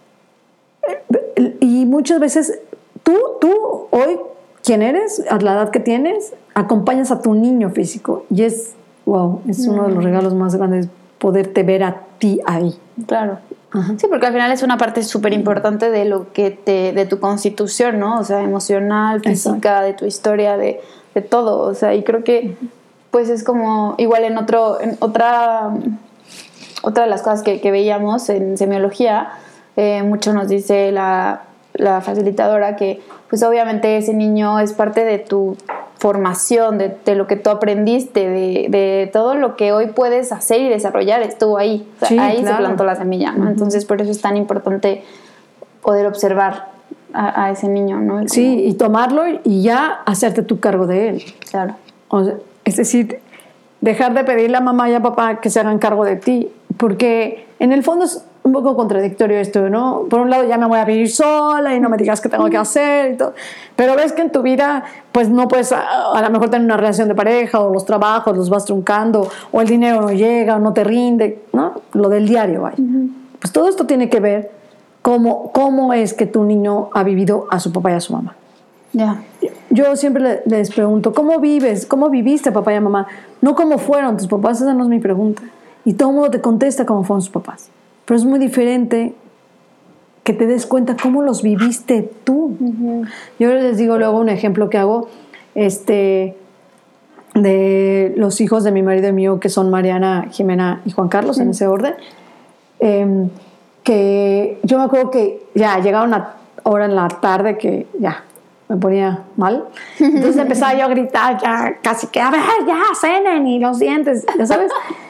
y muchas veces tú, tú hoy, ¿quién eres? A la edad que tienes, acompañas a tu niño físico y es, wow, es mm. uno de los regalos más grandes poderte ver a ti ahí. Claro. Ajá. Sí, porque al final es una parte súper importante de lo que te, de tu constitución, ¿no? O sea, emocional, física, exacto. de tu historia, de, de todo. O sea, y creo que pues es como igual en otro, en otra, otra de las cosas que, que veíamos en semiología, eh, mucho nos dice la, la facilitadora que pues obviamente ese niño es parte de tu formación, de, de lo que tú aprendiste, de, de todo lo que hoy puedes hacer y desarrollar, estuvo ahí. O sea, sí, ahí claro. se plantó la semilla, ¿no? Uh-huh. Entonces, por eso es tan importante poder observar a, a ese niño, ¿no? Y sí, como... y tomarlo y ya hacerte tu cargo de él. Claro. O sea, es decir, dejar de pedirle a mamá y a papá que se hagan cargo de ti, porque en el fondo es un poco contradictorio esto, ¿no? Por un lado ya me voy a vivir sola y no me digas qué tengo que hacer y todo, pero ves que en tu vida pues no puedes a, a lo mejor tener una relación de pareja o los trabajos los vas truncando o el dinero no llega o no te rinde, ¿no? Lo del diario, vaya. Uh-huh. Pues todo esto tiene que ver cómo, cómo es que tu niño ha vivido a su papá y a su mamá. Ya. Yeah. Yo siempre les pregunto, ¿cómo vives? ¿Cómo viviste papá y mamá? No cómo fueron tus papás, esa no es mi pregunta. Y todo el mundo te contesta cómo fueron sus papás. Pero es muy diferente que te des cuenta cómo los viviste tú. Uh-huh. Yo les digo luego un ejemplo que hago este, de los hijos de mi marido y mío, que son Mariana, Jimena y Juan Carlos, uh-huh. en ese orden. Eh, que yo me acuerdo que ya llegaba una hora en la tarde que ya me ponía mal. Entonces empezaba yo a gritar, ya casi que, a ver, ya, cenen y los dientes, ya sabes.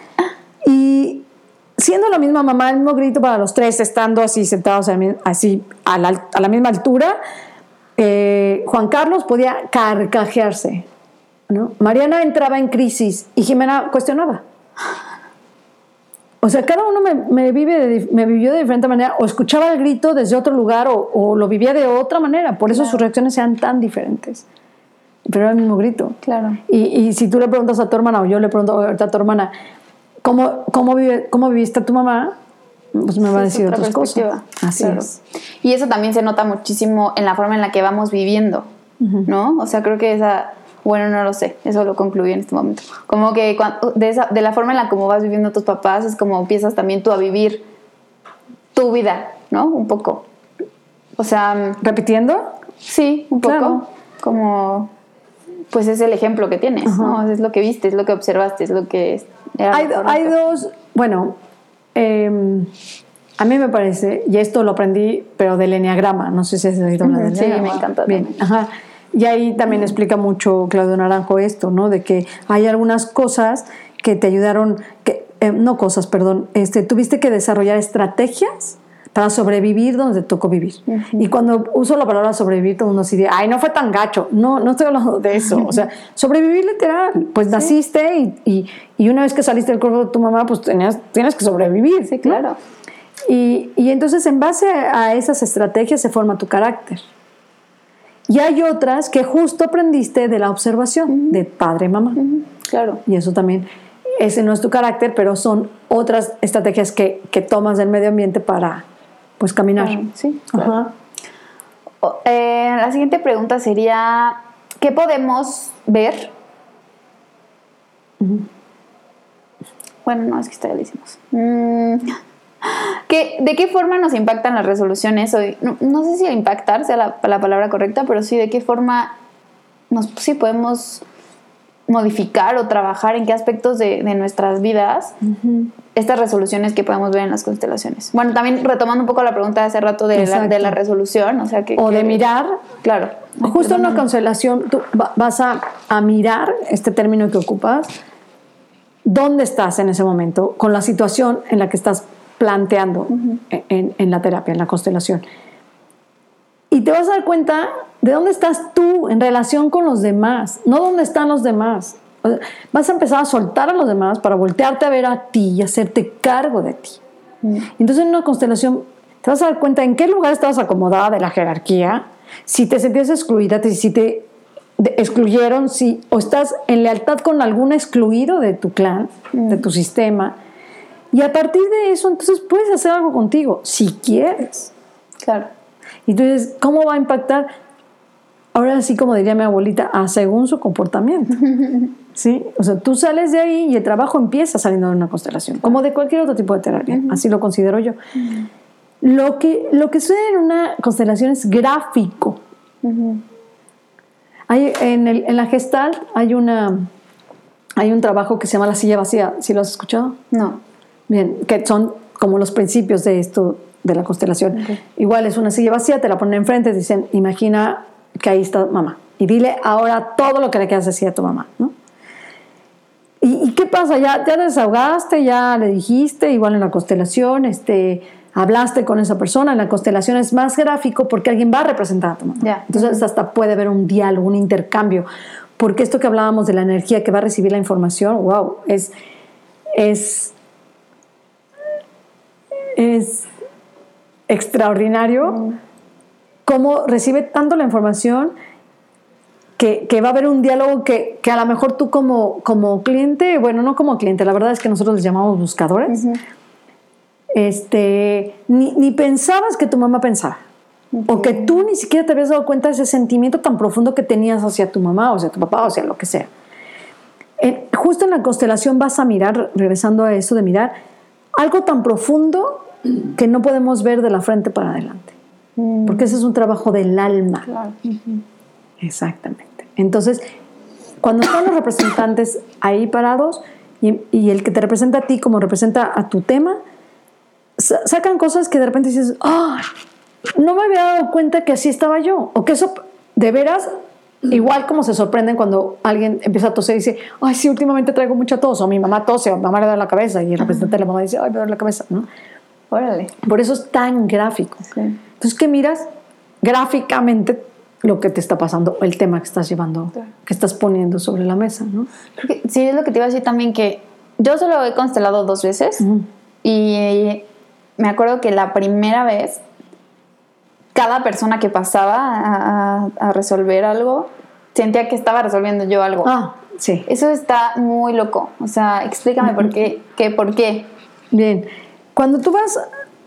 Y siendo la misma mamá, el mismo grito para los tres, estando así sentados así a la, a la misma altura, eh, Juan Carlos podía carcajearse, ¿no? Mariana entraba en crisis y Jimena cuestionaba. O sea, cada uno me, me, vive de, me vivió de diferente manera, o escuchaba el grito desde otro lugar o, o lo vivía de otra manera, por eso claro. sus reacciones sean tan diferentes. Pero era el mismo grito. Claro. Y, y si tú le preguntas a tu hermana, o yo le pregunto ahorita a tu hermana, ¿Cómo, cómo, vive, ¿Cómo viviste a tu mamá? Pues me va sí, a decir otras cosas. Así claro. es. Y eso también se nota muchísimo en la forma en la que vamos viviendo, uh-huh. ¿no? O sea, creo que esa... Bueno, no lo sé, eso lo concluí en este momento. Como que cuando, de, esa, de la forma en la como vas viviendo tus papás es como empiezas también tú a vivir tu vida, ¿no? Un poco. O sea... ¿Repitiendo? Sí, un poco. Claro. Como... Pues es el ejemplo que tienes, uh-huh. ¿no? Es lo que viste, es lo que observaste, es lo que... Hay, hay dos, bueno, eh, a mí me parece, y esto lo aprendí, pero del enneagrama, no sé si has oído hablar del enneagrama. Sí, me encanta. Bien, ajá. Y ahí también uh-huh. explica mucho Claudio Naranjo esto, ¿no? De que hay algunas cosas que te ayudaron, que, eh, no cosas, perdón, este, tuviste que desarrollar estrategias para sobrevivir donde te tocó vivir. Uh-huh. Y cuando uso la palabra sobrevivir, todo el mundo así de, ay, no fue tan gacho. No, no estoy hablando de eso. O sea, sobrevivir literal. Pues sí. Naciste y, y, y una vez que saliste del cuerpo de tu mamá, pues tenías, tienes que sobrevivir. Sí, claro. ¿No? Y, y entonces en base a esas estrategias se forma tu carácter. Y hay otras que justo aprendiste de la observación, uh-huh. de padre y mamá. Uh-huh. Claro. Y eso también, ese no es tu carácter, pero son otras estrategias que, que tomas del medio ambiente para, pues, caminar. Uh-huh. Sí, claro. Ajá. O, eh, la siguiente pregunta sería, ¿qué podemos ver? Uh-huh. Bueno, no, es que esto ya lo hicimos. Mm. ¿Qué, ¿De qué forma nos impactan las resoluciones hoy? No, no sé si impactar sea la, la palabra correcta, pero sí de qué forma nos sí podemos modificar o trabajar, en qué aspectos de, de nuestras vidas uh-huh. estas resoluciones que podemos ver en las constelaciones. Bueno, también retomando un poco la pregunta de hace rato de, la, de la resolución, o sea que... O que, de mirar. Claro. Ay, justo en una constelación tú vas a, a mirar este término que ocupas, dónde estás en ese momento, con la situación en la que estás planteando uh-huh. en, en la terapia, en la constelación. Y te vas a dar cuenta de dónde estás tú en relación con los demás, no dónde están los demás. Vas a empezar a soltar a los demás para voltearte a ver a ti y hacerte cargo de ti. Uh-huh. Entonces en una constelación te vas a dar cuenta en qué lugar estabas acomodada de la jerarquía, si te sentías excluida, si te excluyeron, si, o estás en lealtad con algún excluido de tu clan, uh-huh. de tu sistema. Y a partir de eso, entonces puedes hacer algo contigo, si quieres. Claro. Y entonces, ¿cómo va a impactar? Ahora sí, como diría mi abuelita, a según su comportamiento. ¿Sí? O sea, tú sales de ahí y el trabajo empieza saliendo de una constelación, como de cualquier otro tipo de terapia. Uh-huh. Así lo considero yo. Uh-huh. Lo que, lo que sucede en una constelación es gráfico. Uh-huh. Hay, en, el, en la Gestalt hay, una, hay un trabajo que se llama La silla vacía. ¿Sí lo has escuchado? No. Bien, que son como los principios de esto, de la constelación. Okay. Igual es una silla vacía, te la ponen enfrente, te dicen, imagina que ahí está mamá. Y dile ahora todo lo que le quieras decir a tu mamá, ¿no? ¿Y, y qué pasa? Ya, ya te desahogaste, ya le dijiste, igual en la constelación, este, hablaste con esa persona. En la constelación es más gráfico porque alguien va a representar a tu mamá. Yeah. Entonces uh-huh. hasta puede haber un diálogo, un intercambio. Porque esto que hablábamos de la energía que va a recibir la información, wow, es... es es extraordinario mm. cómo recibe tanto la información que, que va a haber un diálogo que, que a lo mejor tú como, como cliente, bueno, no como cliente, la verdad es que nosotros les llamamos buscadores, uh-huh. este, ni, ni pensabas que tu mamá pensaba. Okay. O que tú ni siquiera te habías dado cuenta de ese sentimiento tan profundo que tenías hacia tu mamá, o hacia tu papá, o hacia lo que sea. Eh, justo en la constelación vas a mirar, regresando a eso de mirar, algo tan profundo que no podemos ver de la frente para adelante. Mm. Porque ese es un trabajo del alma. Claro. Uh-huh. Exactamente. Entonces, cuando están los representantes ahí parados y, y el que te representa a ti como representa a tu tema, sa- sacan cosas que de repente dices, ¡ah! Oh, no me había dado cuenta que así estaba yo. O que eso, de veras, igual como se sorprenden cuando alguien empieza a toser y dice, ay, sí, últimamente traigo mucha tos, o mi mamá tose, o mi mamá le da la cabeza, y el representante de la mamá dice, ay, me duele la cabeza, ¿no? Órale. Por eso es tan gráfico. Sí. Entonces, ¿qué miras? Gráficamente lo que te está pasando, el tema que estás llevando, claro. que estás poniendo sobre la mesa, ¿no? Porque, sí, es lo que te iba a decir también, que yo solo he constelado dos veces, uh-huh. y me acuerdo que la primera vez, cada persona que pasaba a, a resolver algo, sentía que estaba resolviendo yo algo. Ah, sí. Eso está muy loco. O sea, explícame uh-huh. por qué, qué, por qué. Bien. Cuando tú vas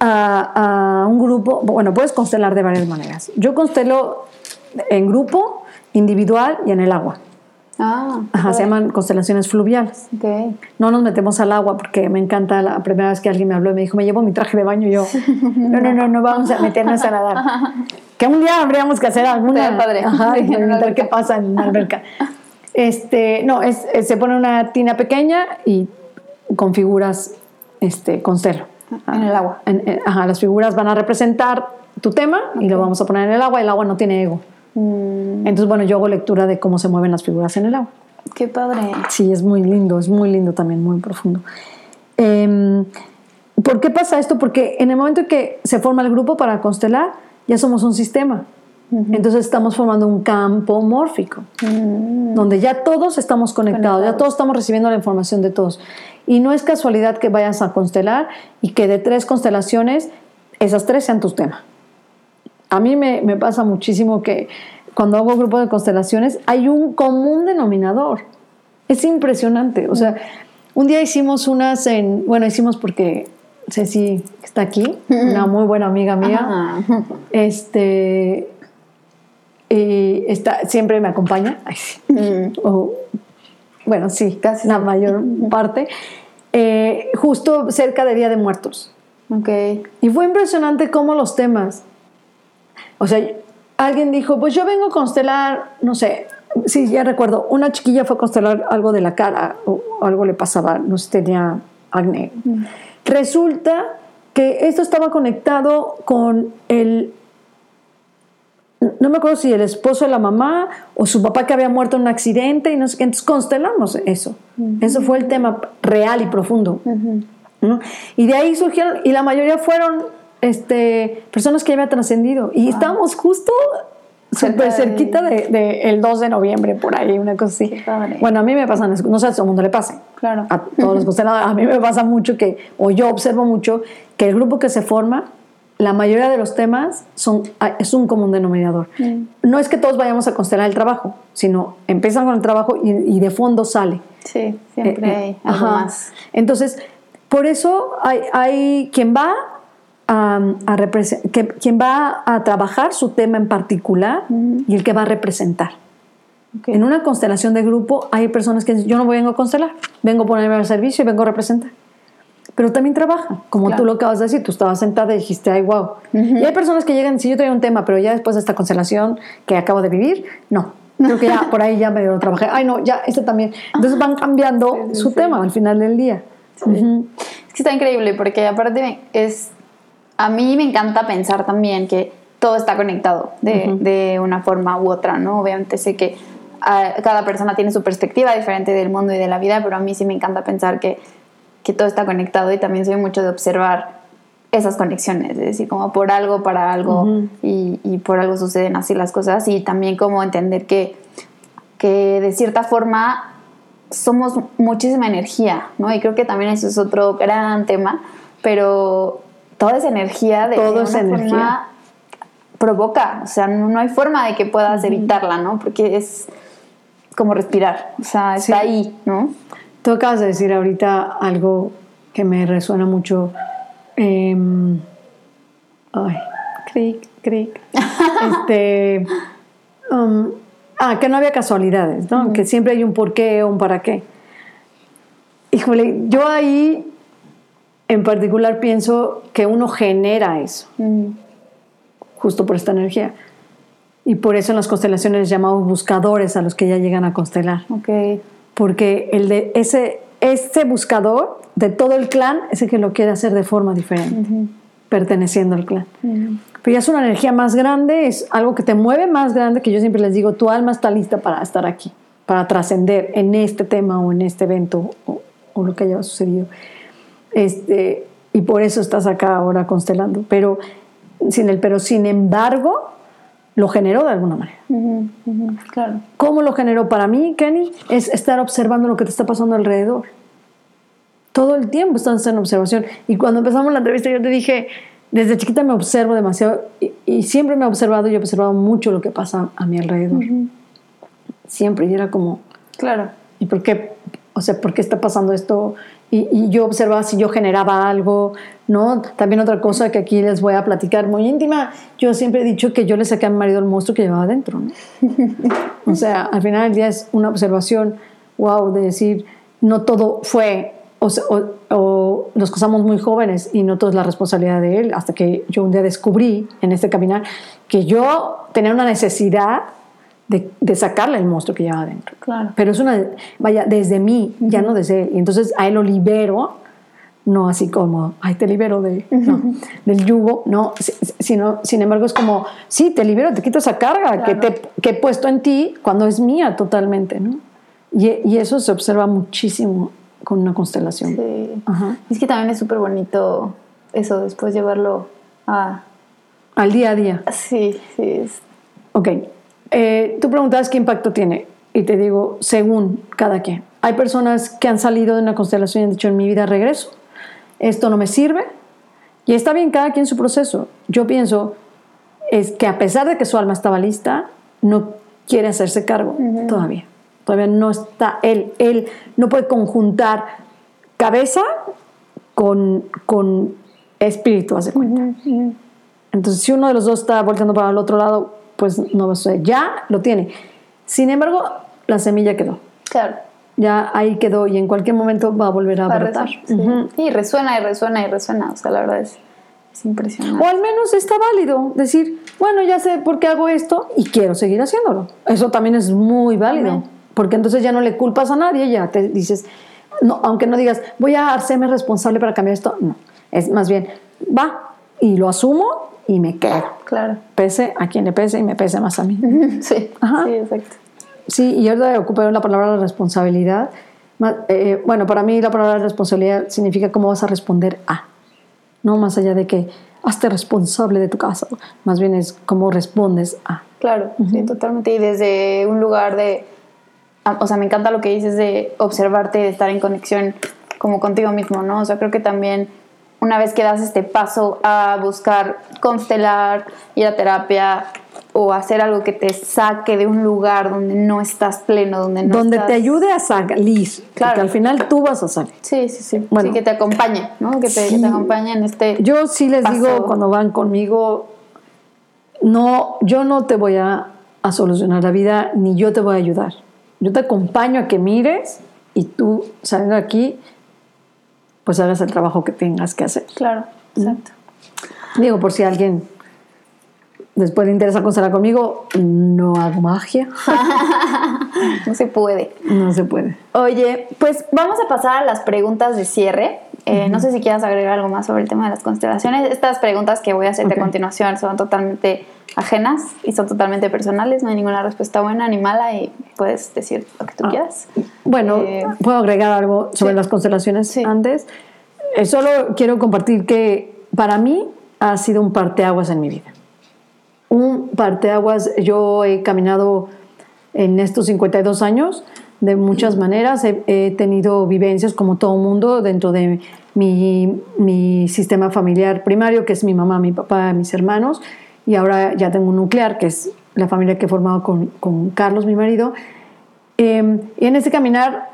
a, a un grupo, bueno, puedes constelar de varias maneras. Yo constelo en grupo, individual y en el agua. Ah, Ajá, se llaman constelaciones fluviales. Okay. No nos metemos al agua porque me encanta la primera vez que alguien me habló y me dijo, me llevo mi traje de baño y yo, no, no, no, no vamos a meternos a nadar. Que un día habríamos que hacer alguna... Sí, padre. Ajá, y preguntar qué pasa en la alberca. Este, no, es, es, se pone una tina pequeña y con figuras este, constelo. En el agua. En, en, ajá, las figuras van a representar tu tema, okay. y lo vamos a poner en el agua. El agua no tiene ego. Mm. Entonces, bueno, yo hago lectura de cómo se mueven las figuras en el agua. Qué padre. Sí, es muy lindo, es muy lindo también, muy profundo. Eh, ¿por qué pasa esto? Porque en el momento en que se forma el grupo para constelar, ya somos un sistema. Uh-huh. Entonces estamos formando un campo mórfico, uh-huh. donde ya todos estamos conectados, conectados, ya todos estamos recibiendo la información de todos. Y no es casualidad que vayas a constelar y que de tres constelaciones, esas tres sean tus temas. A mí me, me pasa muchísimo que cuando hago grupos de constelaciones hay un común denominador. Es impresionante. O sea, un día hicimos unas en... Bueno, hicimos porque Ceci está aquí, una muy buena amiga mía. Ajá. Este... Y está, siempre me acompaña. Ay, sí. Mm. O, bueno, sí, casi la mayor parte. Eh, justo cerca de Día de Muertos. Okay. Y fue impresionante cómo los temas... O sea, alguien dijo, pues yo vengo a constelar, no sé, sí, ya recuerdo, una chiquilla fue a constelar algo de la cara, o algo le pasaba, no sé, tenía acné. Mm. Resulta que esto estaba conectado con el... No me acuerdo si el esposo de la mamá o su papá que había muerto en un accidente y no sé qué. Entonces constelamos eso. Uh-huh. Eso fue el tema real y profundo. Uh-huh. ¿No? Y de ahí surgieron, y la mayoría fueron este, personas que ya habían trascendido. Y wow. estábamos justo súper cerquita de, de el dos de noviembre, por ahí, una cosa así. Bueno, a mí me pasan, no sé a todo el mundo le pasa. Claro. A todos los consteladores. A mí me pasa mucho que, o yo observo mucho, que el grupo que se forma, la mayoría de los temas son, es un común denominador. Mm. No es que todos vayamos a constelar el trabajo, sino empiezan con el trabajo y, y de fondo sale. Sí, siempre eh, hay algo ajá. más. Entonces, por eso hay, hay quien va a, a represent, que, quien va a trabajar su tema en particular mm. y el que va a representar. Okay. En una constelación de grupo hay personas que dicen, yo no vengo a constelar, vengo a ponerme al servicio y vengo a representar. Pero también trabaja, como claro. tú lo acabas de decir, tú estabas sentada y dijiste, ay, wow. Uh-huh. Y hay personas que llegan y dicen, yo traigo un tema, pero ya después de esta constelación que acabo de vivir, no. Creo que ya por ahí ya medio lo trabajé. Ay, no, ya, este también. Entonces van cambiando sí, sí, su sí. tema al final del día. Sí. Uh-huh. Es que está increíble, porque aparte es, a mí me encanta pensar también que todo está conectado de, uh-huh. de una forma u otra, ¿no? Obviamente sé que uh, cada persona tiene su perspectiva diferente del mundo y de la vida, pero a mí sí me encanta pensar que que todo está conectado, y también soy mucho de observar esas conexiones, es decir, como por algo, para algo, uh-huh. y, y por algo suceden así las cosas, y también como entender que, que de cierta forma somos muchísima energía, ¿no? Y creo que también eso es otro gran tema, pero toda esa energía de Todo esa energía forma provoca, o sea, no, no hay forma de que puedas uh-huh. evitarla, ¿no? Porque es como respirar, o sea, está sí. ahí, ¿no? Tú acabas de decir ahorita algo que me resuena mucho. Eh, ay, cric, cric. Este, um, ah, que no había casualidades, ¿no? Uh-huh. Que siempre hay un porqué o un para qué. Híjole, yo ahí en particular pienso que uno genera eso, uh-huh. justo por esta energía. Y por eso en las constelaciones les llamamos buscadores a los que ya llegan a constelar. Okay. Porque el de ese, ese buscador de todo el clan es el que lo quiere hacer de forma diferente, uh-huh. perteneciendo al clan. Uh-huh. Pero ya es una energía más grande, es algo que te mueve más grande, que yo siempre les digo, tu alma está lista para estar aquí, para trascender en este tema o en este evento o, o lo que haya sucedido. Este, y por eso estás acá ahora constelando. Pero sin, el, pero sin embargo... lo generó de alguna manera. Uh-huh, uh-huh, claro. ¿Cómo lo generó para mí, Kenny? Es estar observando lo que te está pasando alrededor. Todo el tiempo estás en observación. Y cuando empezamos la entrevista yo te dije, desde chiquita me observo demasiado y, y siempre me he observado y he observado mucho lo que pasa a mi alrededor. Uh-huh. Siempre. Y era como... Claro. ¿Y por qué? O sea, ¿por qué está pasando esto? Y, y yo observaba si yo generaba algo, ¿no? También otra cosa que aquí les voy a platicar muy íntima. Yo siempre he dicho que yo le saqué a mi marido el monstruo que llevaba adentro, ¿no? O sea, al final del día es una observación, wow, de decir, no todo fue, o, o, o nos casamos muy jóvenes y no todo es la responsabilidad de él, hasta que yo un día descubrí en este caminar que yo tenía una necesidad De, de sacarle el monstruo que lleva adentro. Claro. Pero es una, vaya, desde mí, uh-huh. ya no desde él. Y entonces a él lo libero, no así como, ay, te libero de, uh-huh. no, del yugo, no, sino, sin embargo es como, sí, te libero, te quito esa carga, claro. que, te, que he puesto en ti cuando es mía totalmente, ¿no? Y, y eso se observa muchísimo con una constelación. Sí. Ajá. Es que también es súper bonito eso, después llevarlo a... al día a día. Sí, sí. Es... Ok. Eh, tú preguntabas qué impacto tiene. Y te digo, según cada quien. Hay personas que han salido de una constelación y han dicho, en mi vida regreso. Esto no me sirve. Y está bien, cada quien su proceso. Yo pienso es que a pesar de que su alma estaba lista, no quiere hacerse cargo uh-huh. todavía. Todavía no está él. Él no puede conjuntar cabeza con, con espíritu, hace cuenta. Uh-huh. Entonces, si uno de los dos está volteando para el otro lado, pues no va a ser. Ya lo tiene. Sin embargo, la semilla quedó. Claro. Ya ahí quedó y en cualquier momento va a volver a brotar. Sí. Uh-huh. Y resuena y resuena y resuena. O sea, la verdad es, es impresionante. O al menos está válido decir, bueno, ya sé por qué hago esto y quiero seguir haciéndolo. Eso también es muy válido. Amén. Porque entonces ya no le culpas a nadie, ya te dices, no, aunque no digas, voy a hacerme responsable para cambiar esto. No, es más bien, va y lo asumo y me quedo. Claro. Pese a quien le pese y me pese más a mí. Sí, Ajá. Sí, exacto. Sí, y ahora ocupé la palabra responsabilidad. Eh, bueno, para mí la palabra responsabilidad significa cómo vas a responder a. No más allá de que hazte responsable de tu casa. Más bien es cómo respondes a. Claro, uh-huh. sí, totalmente. Y desde un lugar de... O sea, me encanta lo que dices de observarte, de estar en conexión como contigo mismo, ¿no? O sea, creo que también una vez que das este paso a buscar constelar, ir a terapia o hacer algo que te saque de un lugar donde no estás pleno, donde no donde estás... te ayude a salir, claro. Porque al final tú vas a salir. Sí, sí, sí. Bueno, sí, que te acompañe, ¿no? Que te, sí. que te acompañe en este Yo sí les paso. Digo cuando van conmigo, no, yo no te voy a, a solucionar la vida, ni yo te voy a ayudar. Yo te acompaño a que mires y tú, saliendo de aquí, pues hagas el trabajo que tengas que hacer. Claro, exacto. Digo, por si a alguien después le interesa constelar conmigo, no hago magia. No se puede. No se puede. Oye, pues vamos a pasar a las preguntas de cierre. Eh, uh-huh. No sé si quieras agregar algo más sobre el tema de las constelaciones. Estas preguntas que voy a hacerte okay. a continuación son totalmente ajenas y son totalmente personales. No hay ninguna respuesta buena ni mala y puedes decir lo que tú ah. quieras. Bueno, eh, ¿puedo agregar algo sobre sí. las constelaciones sí. antes? Eh, solo quiero compartir que para mí ha sido un parteaguas en mi vida. Un parteaguas. Yo he caminado en estos cincuenta y dos años de muchas maneras. He, he tenido vivencias como todo mundo dentro de mi, mi sistema familiar primario, que es mi mamá, mi papá, mis hermanos, y ahora ya tengo un nuclear, que es la familia que he formado con, con Carlos, mi marido. Eh, y en ese caminar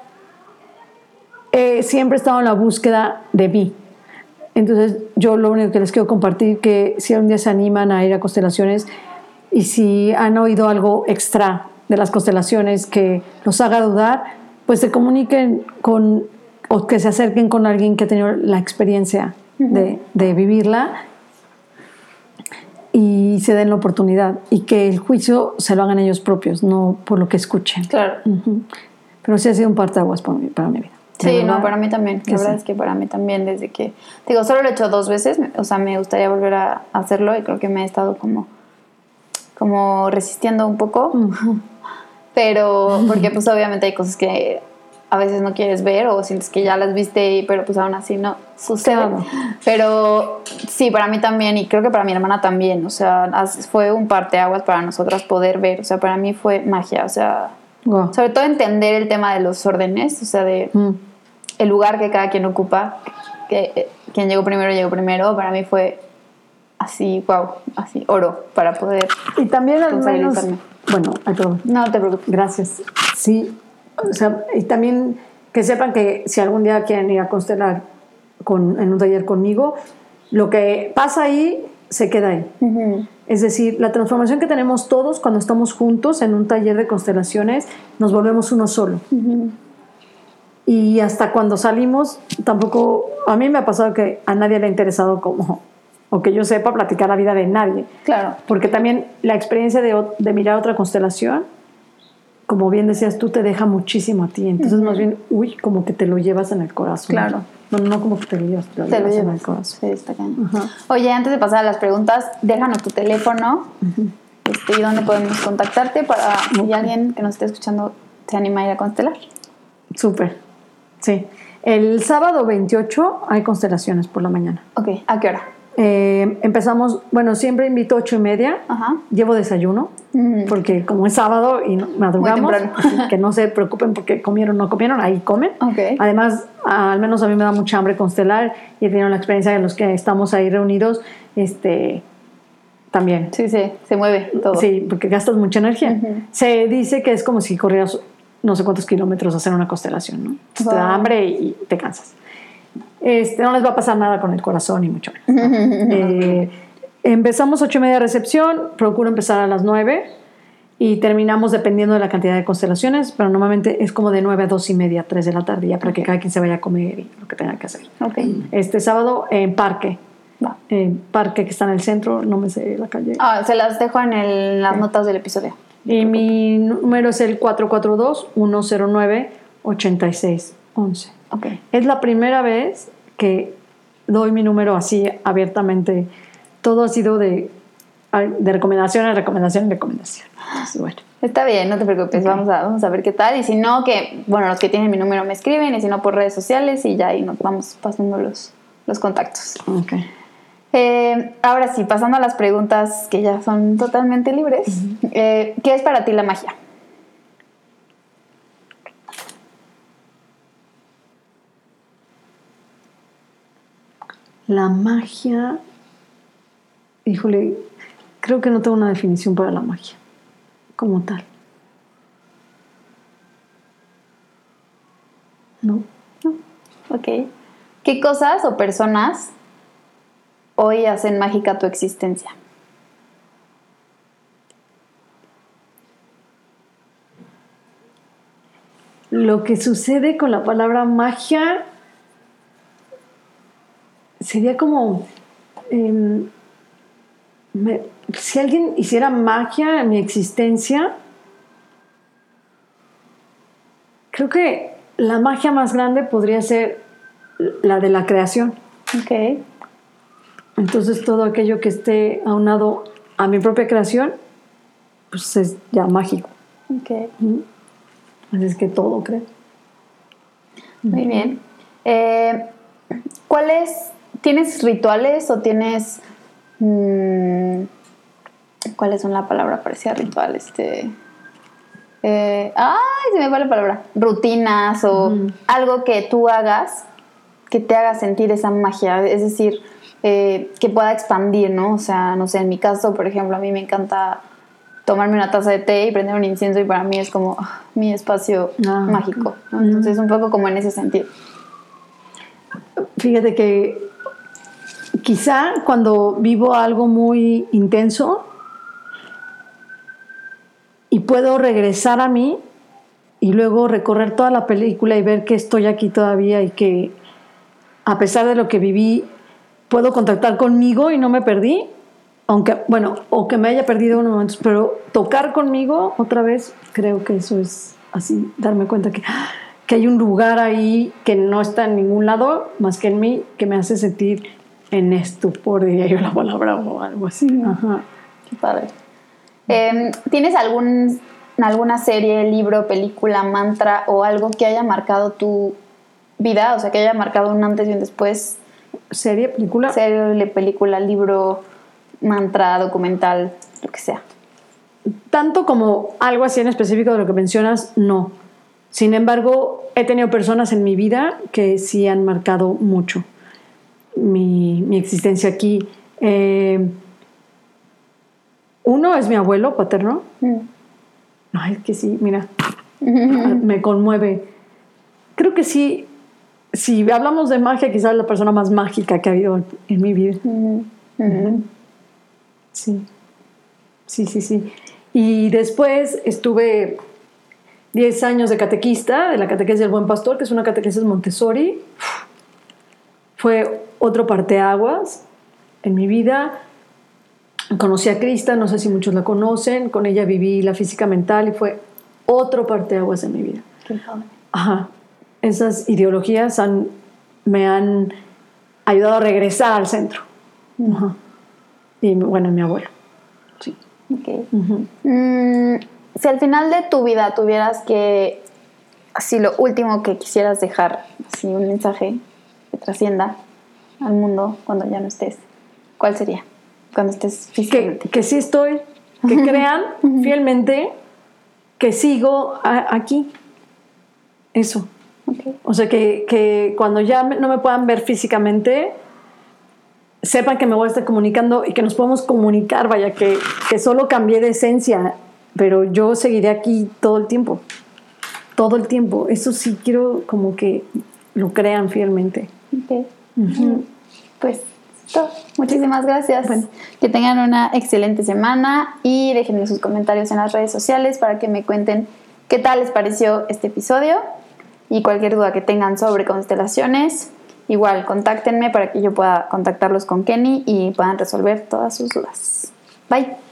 eh, siempre he estado en la búsqueda de mí. Entonces yo lo único que les quiero compartir, que si un día se animan a ir a constelaciones y si han oído algo extra de las constelaciones que los haga dudar, pues se comuniquen con o que se acerquen con alguien que ha tenido la experiencia uh-huh. de, de vivirla y se den la oportunidad y que el juicio se lo hagan ellos propios, no por lo que escuchen. Claro. Uh-huh. Pero sí ha sido un parteaguas para mi, para mi vida. Sí, no, para mí también. La verdad sí. es que para mí también, desde que... Digo, solo lo he hecho dos veces, o sea, me gustaría volver a hacerlo y creo que me he estado como, como resistiendo un poco. Uh-huh. Pero, porque pues obviamente hay cosas que a veces no quieres ver o sientes que ya las viste, pero pues aún así no sucede. Claro. Pero sí, para mí también, y creo que para mi hermana también, o sea, fue un parteaguas para nosotras poder ver, o sea, para mí fue magia, o sea... Wow. Sobre todo entender el tema de los órdenes, o sea, de mm. el lugar que cada quien ocupa, que eh, quien llegó primero llegó primero, para mí fue así, wow, así, oro, para poder y también al menos, bueno, ay, perdón. No te preocupes. Gracias. Sí, o sea, y también que sepan que si algún día quieren ir a constelar con, en un taller conmigo, lo que pasa ahí se queda ahí. Uh-huh. Es decir, la transformación que tenemos todos cuando estamos juntos en un taller de constelaciones, nos volvemos uno solo. Uh-huh. Y hasta cuando salimos, tampoco, a mí me ha pasado que a nadie le ha interesado como, o que yo sepa, platicar la vida de nadie. Claro. Porque también la experiencia de, de mirar otra constelación, como bien decías tú, te deja muchísimo a ti. Entonces, uh-huh. más bien, uy, como que te lo llevas en el corazón. Claro. No, no como que te lo llevas, te lo, te llevas, lo llevas en el corazón. Sí, está bien. Uh-huh. Oye, antes de pasar a las preguntas, déjanos tu teléfono uh-huh. este, y dónde podemos contactarte para uh-huh. si alguien que nos esté escuchando se anima a ir a constelar. Súper, sí. El sábado veintiocho hay constelaciones por la mañana. Ok, ¿a qué hora? Eh, empezamos, bueno, siempre invito ocho y media. Ajá. Llevo desayuno, Mm. porque como es sábado y no- madrugamos, Muy temprano. así que no se preocupen porque comieron o no comieron, ahí comen. Ok. Además, a- al menos a mí me da mucha hambre constelar y he tenido la experiencia de los que estamos ahí reunidos, este, también. Sí, sí, se mueve todo. Sí, porque gastas mucha energía. Ujú. Se dice que es como si corrieras no sé cuántos kilómetros a hacer una constelación, ¿no? Entonces, te da Wow. hambre y te cansas. Este, no les va a pasar nada con el corazón ni mucho menos. Eh, empezamos ocho y media recepción, procuro empezar a las nueve y terminamos dependiendo de la cantidad de constelaciones, pero normalmente es como de nueve a dos y media, tres de la tarde, ya para que Ok. cada quien se vaya a comer y lo que tenga que hacer. Ok. Este sábado en Parque, Va. en Parque que está en el centro, no me sé la calle. Ah, se las dejo en el- las notas del episodio. Y mi número es el cuatro cuatro dos, uno cero nueve, ocho seis uno uno. Ok. Es la primera vez que doy mi número así abiertamente. Todo ha sido de, de recomendación a recomendación a recomendación. Entonces, bueno. Está bien, no te preocupes, Ok. vamos, a, vamos a ver qué tal. Y si no, que, bueno, los que tienen mi número me escriben, y si no, por redes sociales, y ya ahí nos vamos pasando los, los contactos. Ok. Eh, ahora sí, pasando a las preguntas que ya son totalmente libres. Eh, ¿qué es para ti la magia? La magia, híjole, creo que no tengo una definición para la magia como tal. No. Ok. ¿Qué cosas o personas hoy hacen mágica tu existencia? Lo que sucede con la palabra magia sería como eh, me, si alguien hiciera magia en mi existencia, creo que la magia más grande podría ser la de la creación. Ok. Entonces todo aquello que esté aunado a mi propia creación, pues es ya mágico. Ok. Así es que todo, creo. Muy bien. Eh, ¿Cuáles? ¿Tienes rituales o tienes... mmm, ¿cuáles son la palabra? Parecía ritual. Este, eh, ¡ay! Se me fue la palabra. Rutinas o Ujú. algo que tú hagas que te haga sentir esa magia. Es decir, eh, que pueda expandir, ¿no? O sea, no sé, en mi caso, por ejemplo, a mí me encanta tomarme una taza de té y prender un incienso y para mí es como ah, mi espacio Ah, mágico, ¿no? mm. Entonces un poco como en ese sentido. Fíjate que quizá cuando vivo algo muy intenso y puedo regresar a mí y luego recorrer toda la película y ver que estoy aquí todavía y que a pesar de lo que viví puedo contactar conmigo y no me perdí, aunque, bueno, o que me haya perdido unos momentos, pero tocar conmigo otra vez, creo que eso es así, darme cuenta que, que hay un lugar ahí que no está en ningún lado más que en mí, que me hace sentir en estupor, diría yo la palabra, o algo así. Ajá. Qué padre. Eh, ¿Tienes algún, alguna serie, libro, película, mantra o algo que haya marcado tu vida? O sea, que haya marcado un antes y un después. ¿Serie, película? Serie, película, libro, mantra, documental, lo que sea. Tanto como algo así en específico de lo que mencionas, no. Sin embargo, he tenido personas en mi vida que sí han marcado mucho mi, mi existencia aquí. Eh, uno es mi abuelo paterno. Mm. Ay, es que sí, mira, me conmueve. Creo que sí, si hablamos de magia, quizás es la persona más mágica que ha habido en, en mi vida. Mm. Mm. Sí, sí, sí, sí. Y después estuve diez años de catequista, de la catequesis del Buen Pastor, que es una catequesis Montessori. Fue otro parteaguas en mi vida. Conocí a Krista, no sé si muchos la conocen, con ella viví la física mental y fue otro parteaguas en mi vida. Qué padre. Ajá. Esas ideologías han, me han ayudado a regresar al centro. Ajá. Y bueno, mi abuelo. Sí. Okay. Uh-huh. Mm, si al final de tu vida tuvieras que, así lo último que quisieras dejar, así un mensaje que trascienda al mundo cuando ya no estés, ¿cuál sería? Cuando estés físicamente. Que, que sí estoy, que crean fielmente que sigo a, aquí. Eso. Okay. O sea, que, que cuando ya no me puedan ver físicamente, sepan que me voy a estar comunicando y que nos podemos comunicar, vaya, que, que solo cambié de esencia, pero yo seguiré aquí todo el tiempo. Todo el tiempo. Eso sí quiero como que lo crean fielmente. Okay. Uh-huh. Pues todo. Muchísimas gracias. Bueno, que tengan una excelente semana y déjenme sus comentarios en las redes sociales para que me cuenten qué tal les pareció este episodio y cualquier duda que tengan sobre constelaciones. Igual, contáctenme para que yo pueda contactarlos con Kenny y puedan resolver todas sus dudas. Bye.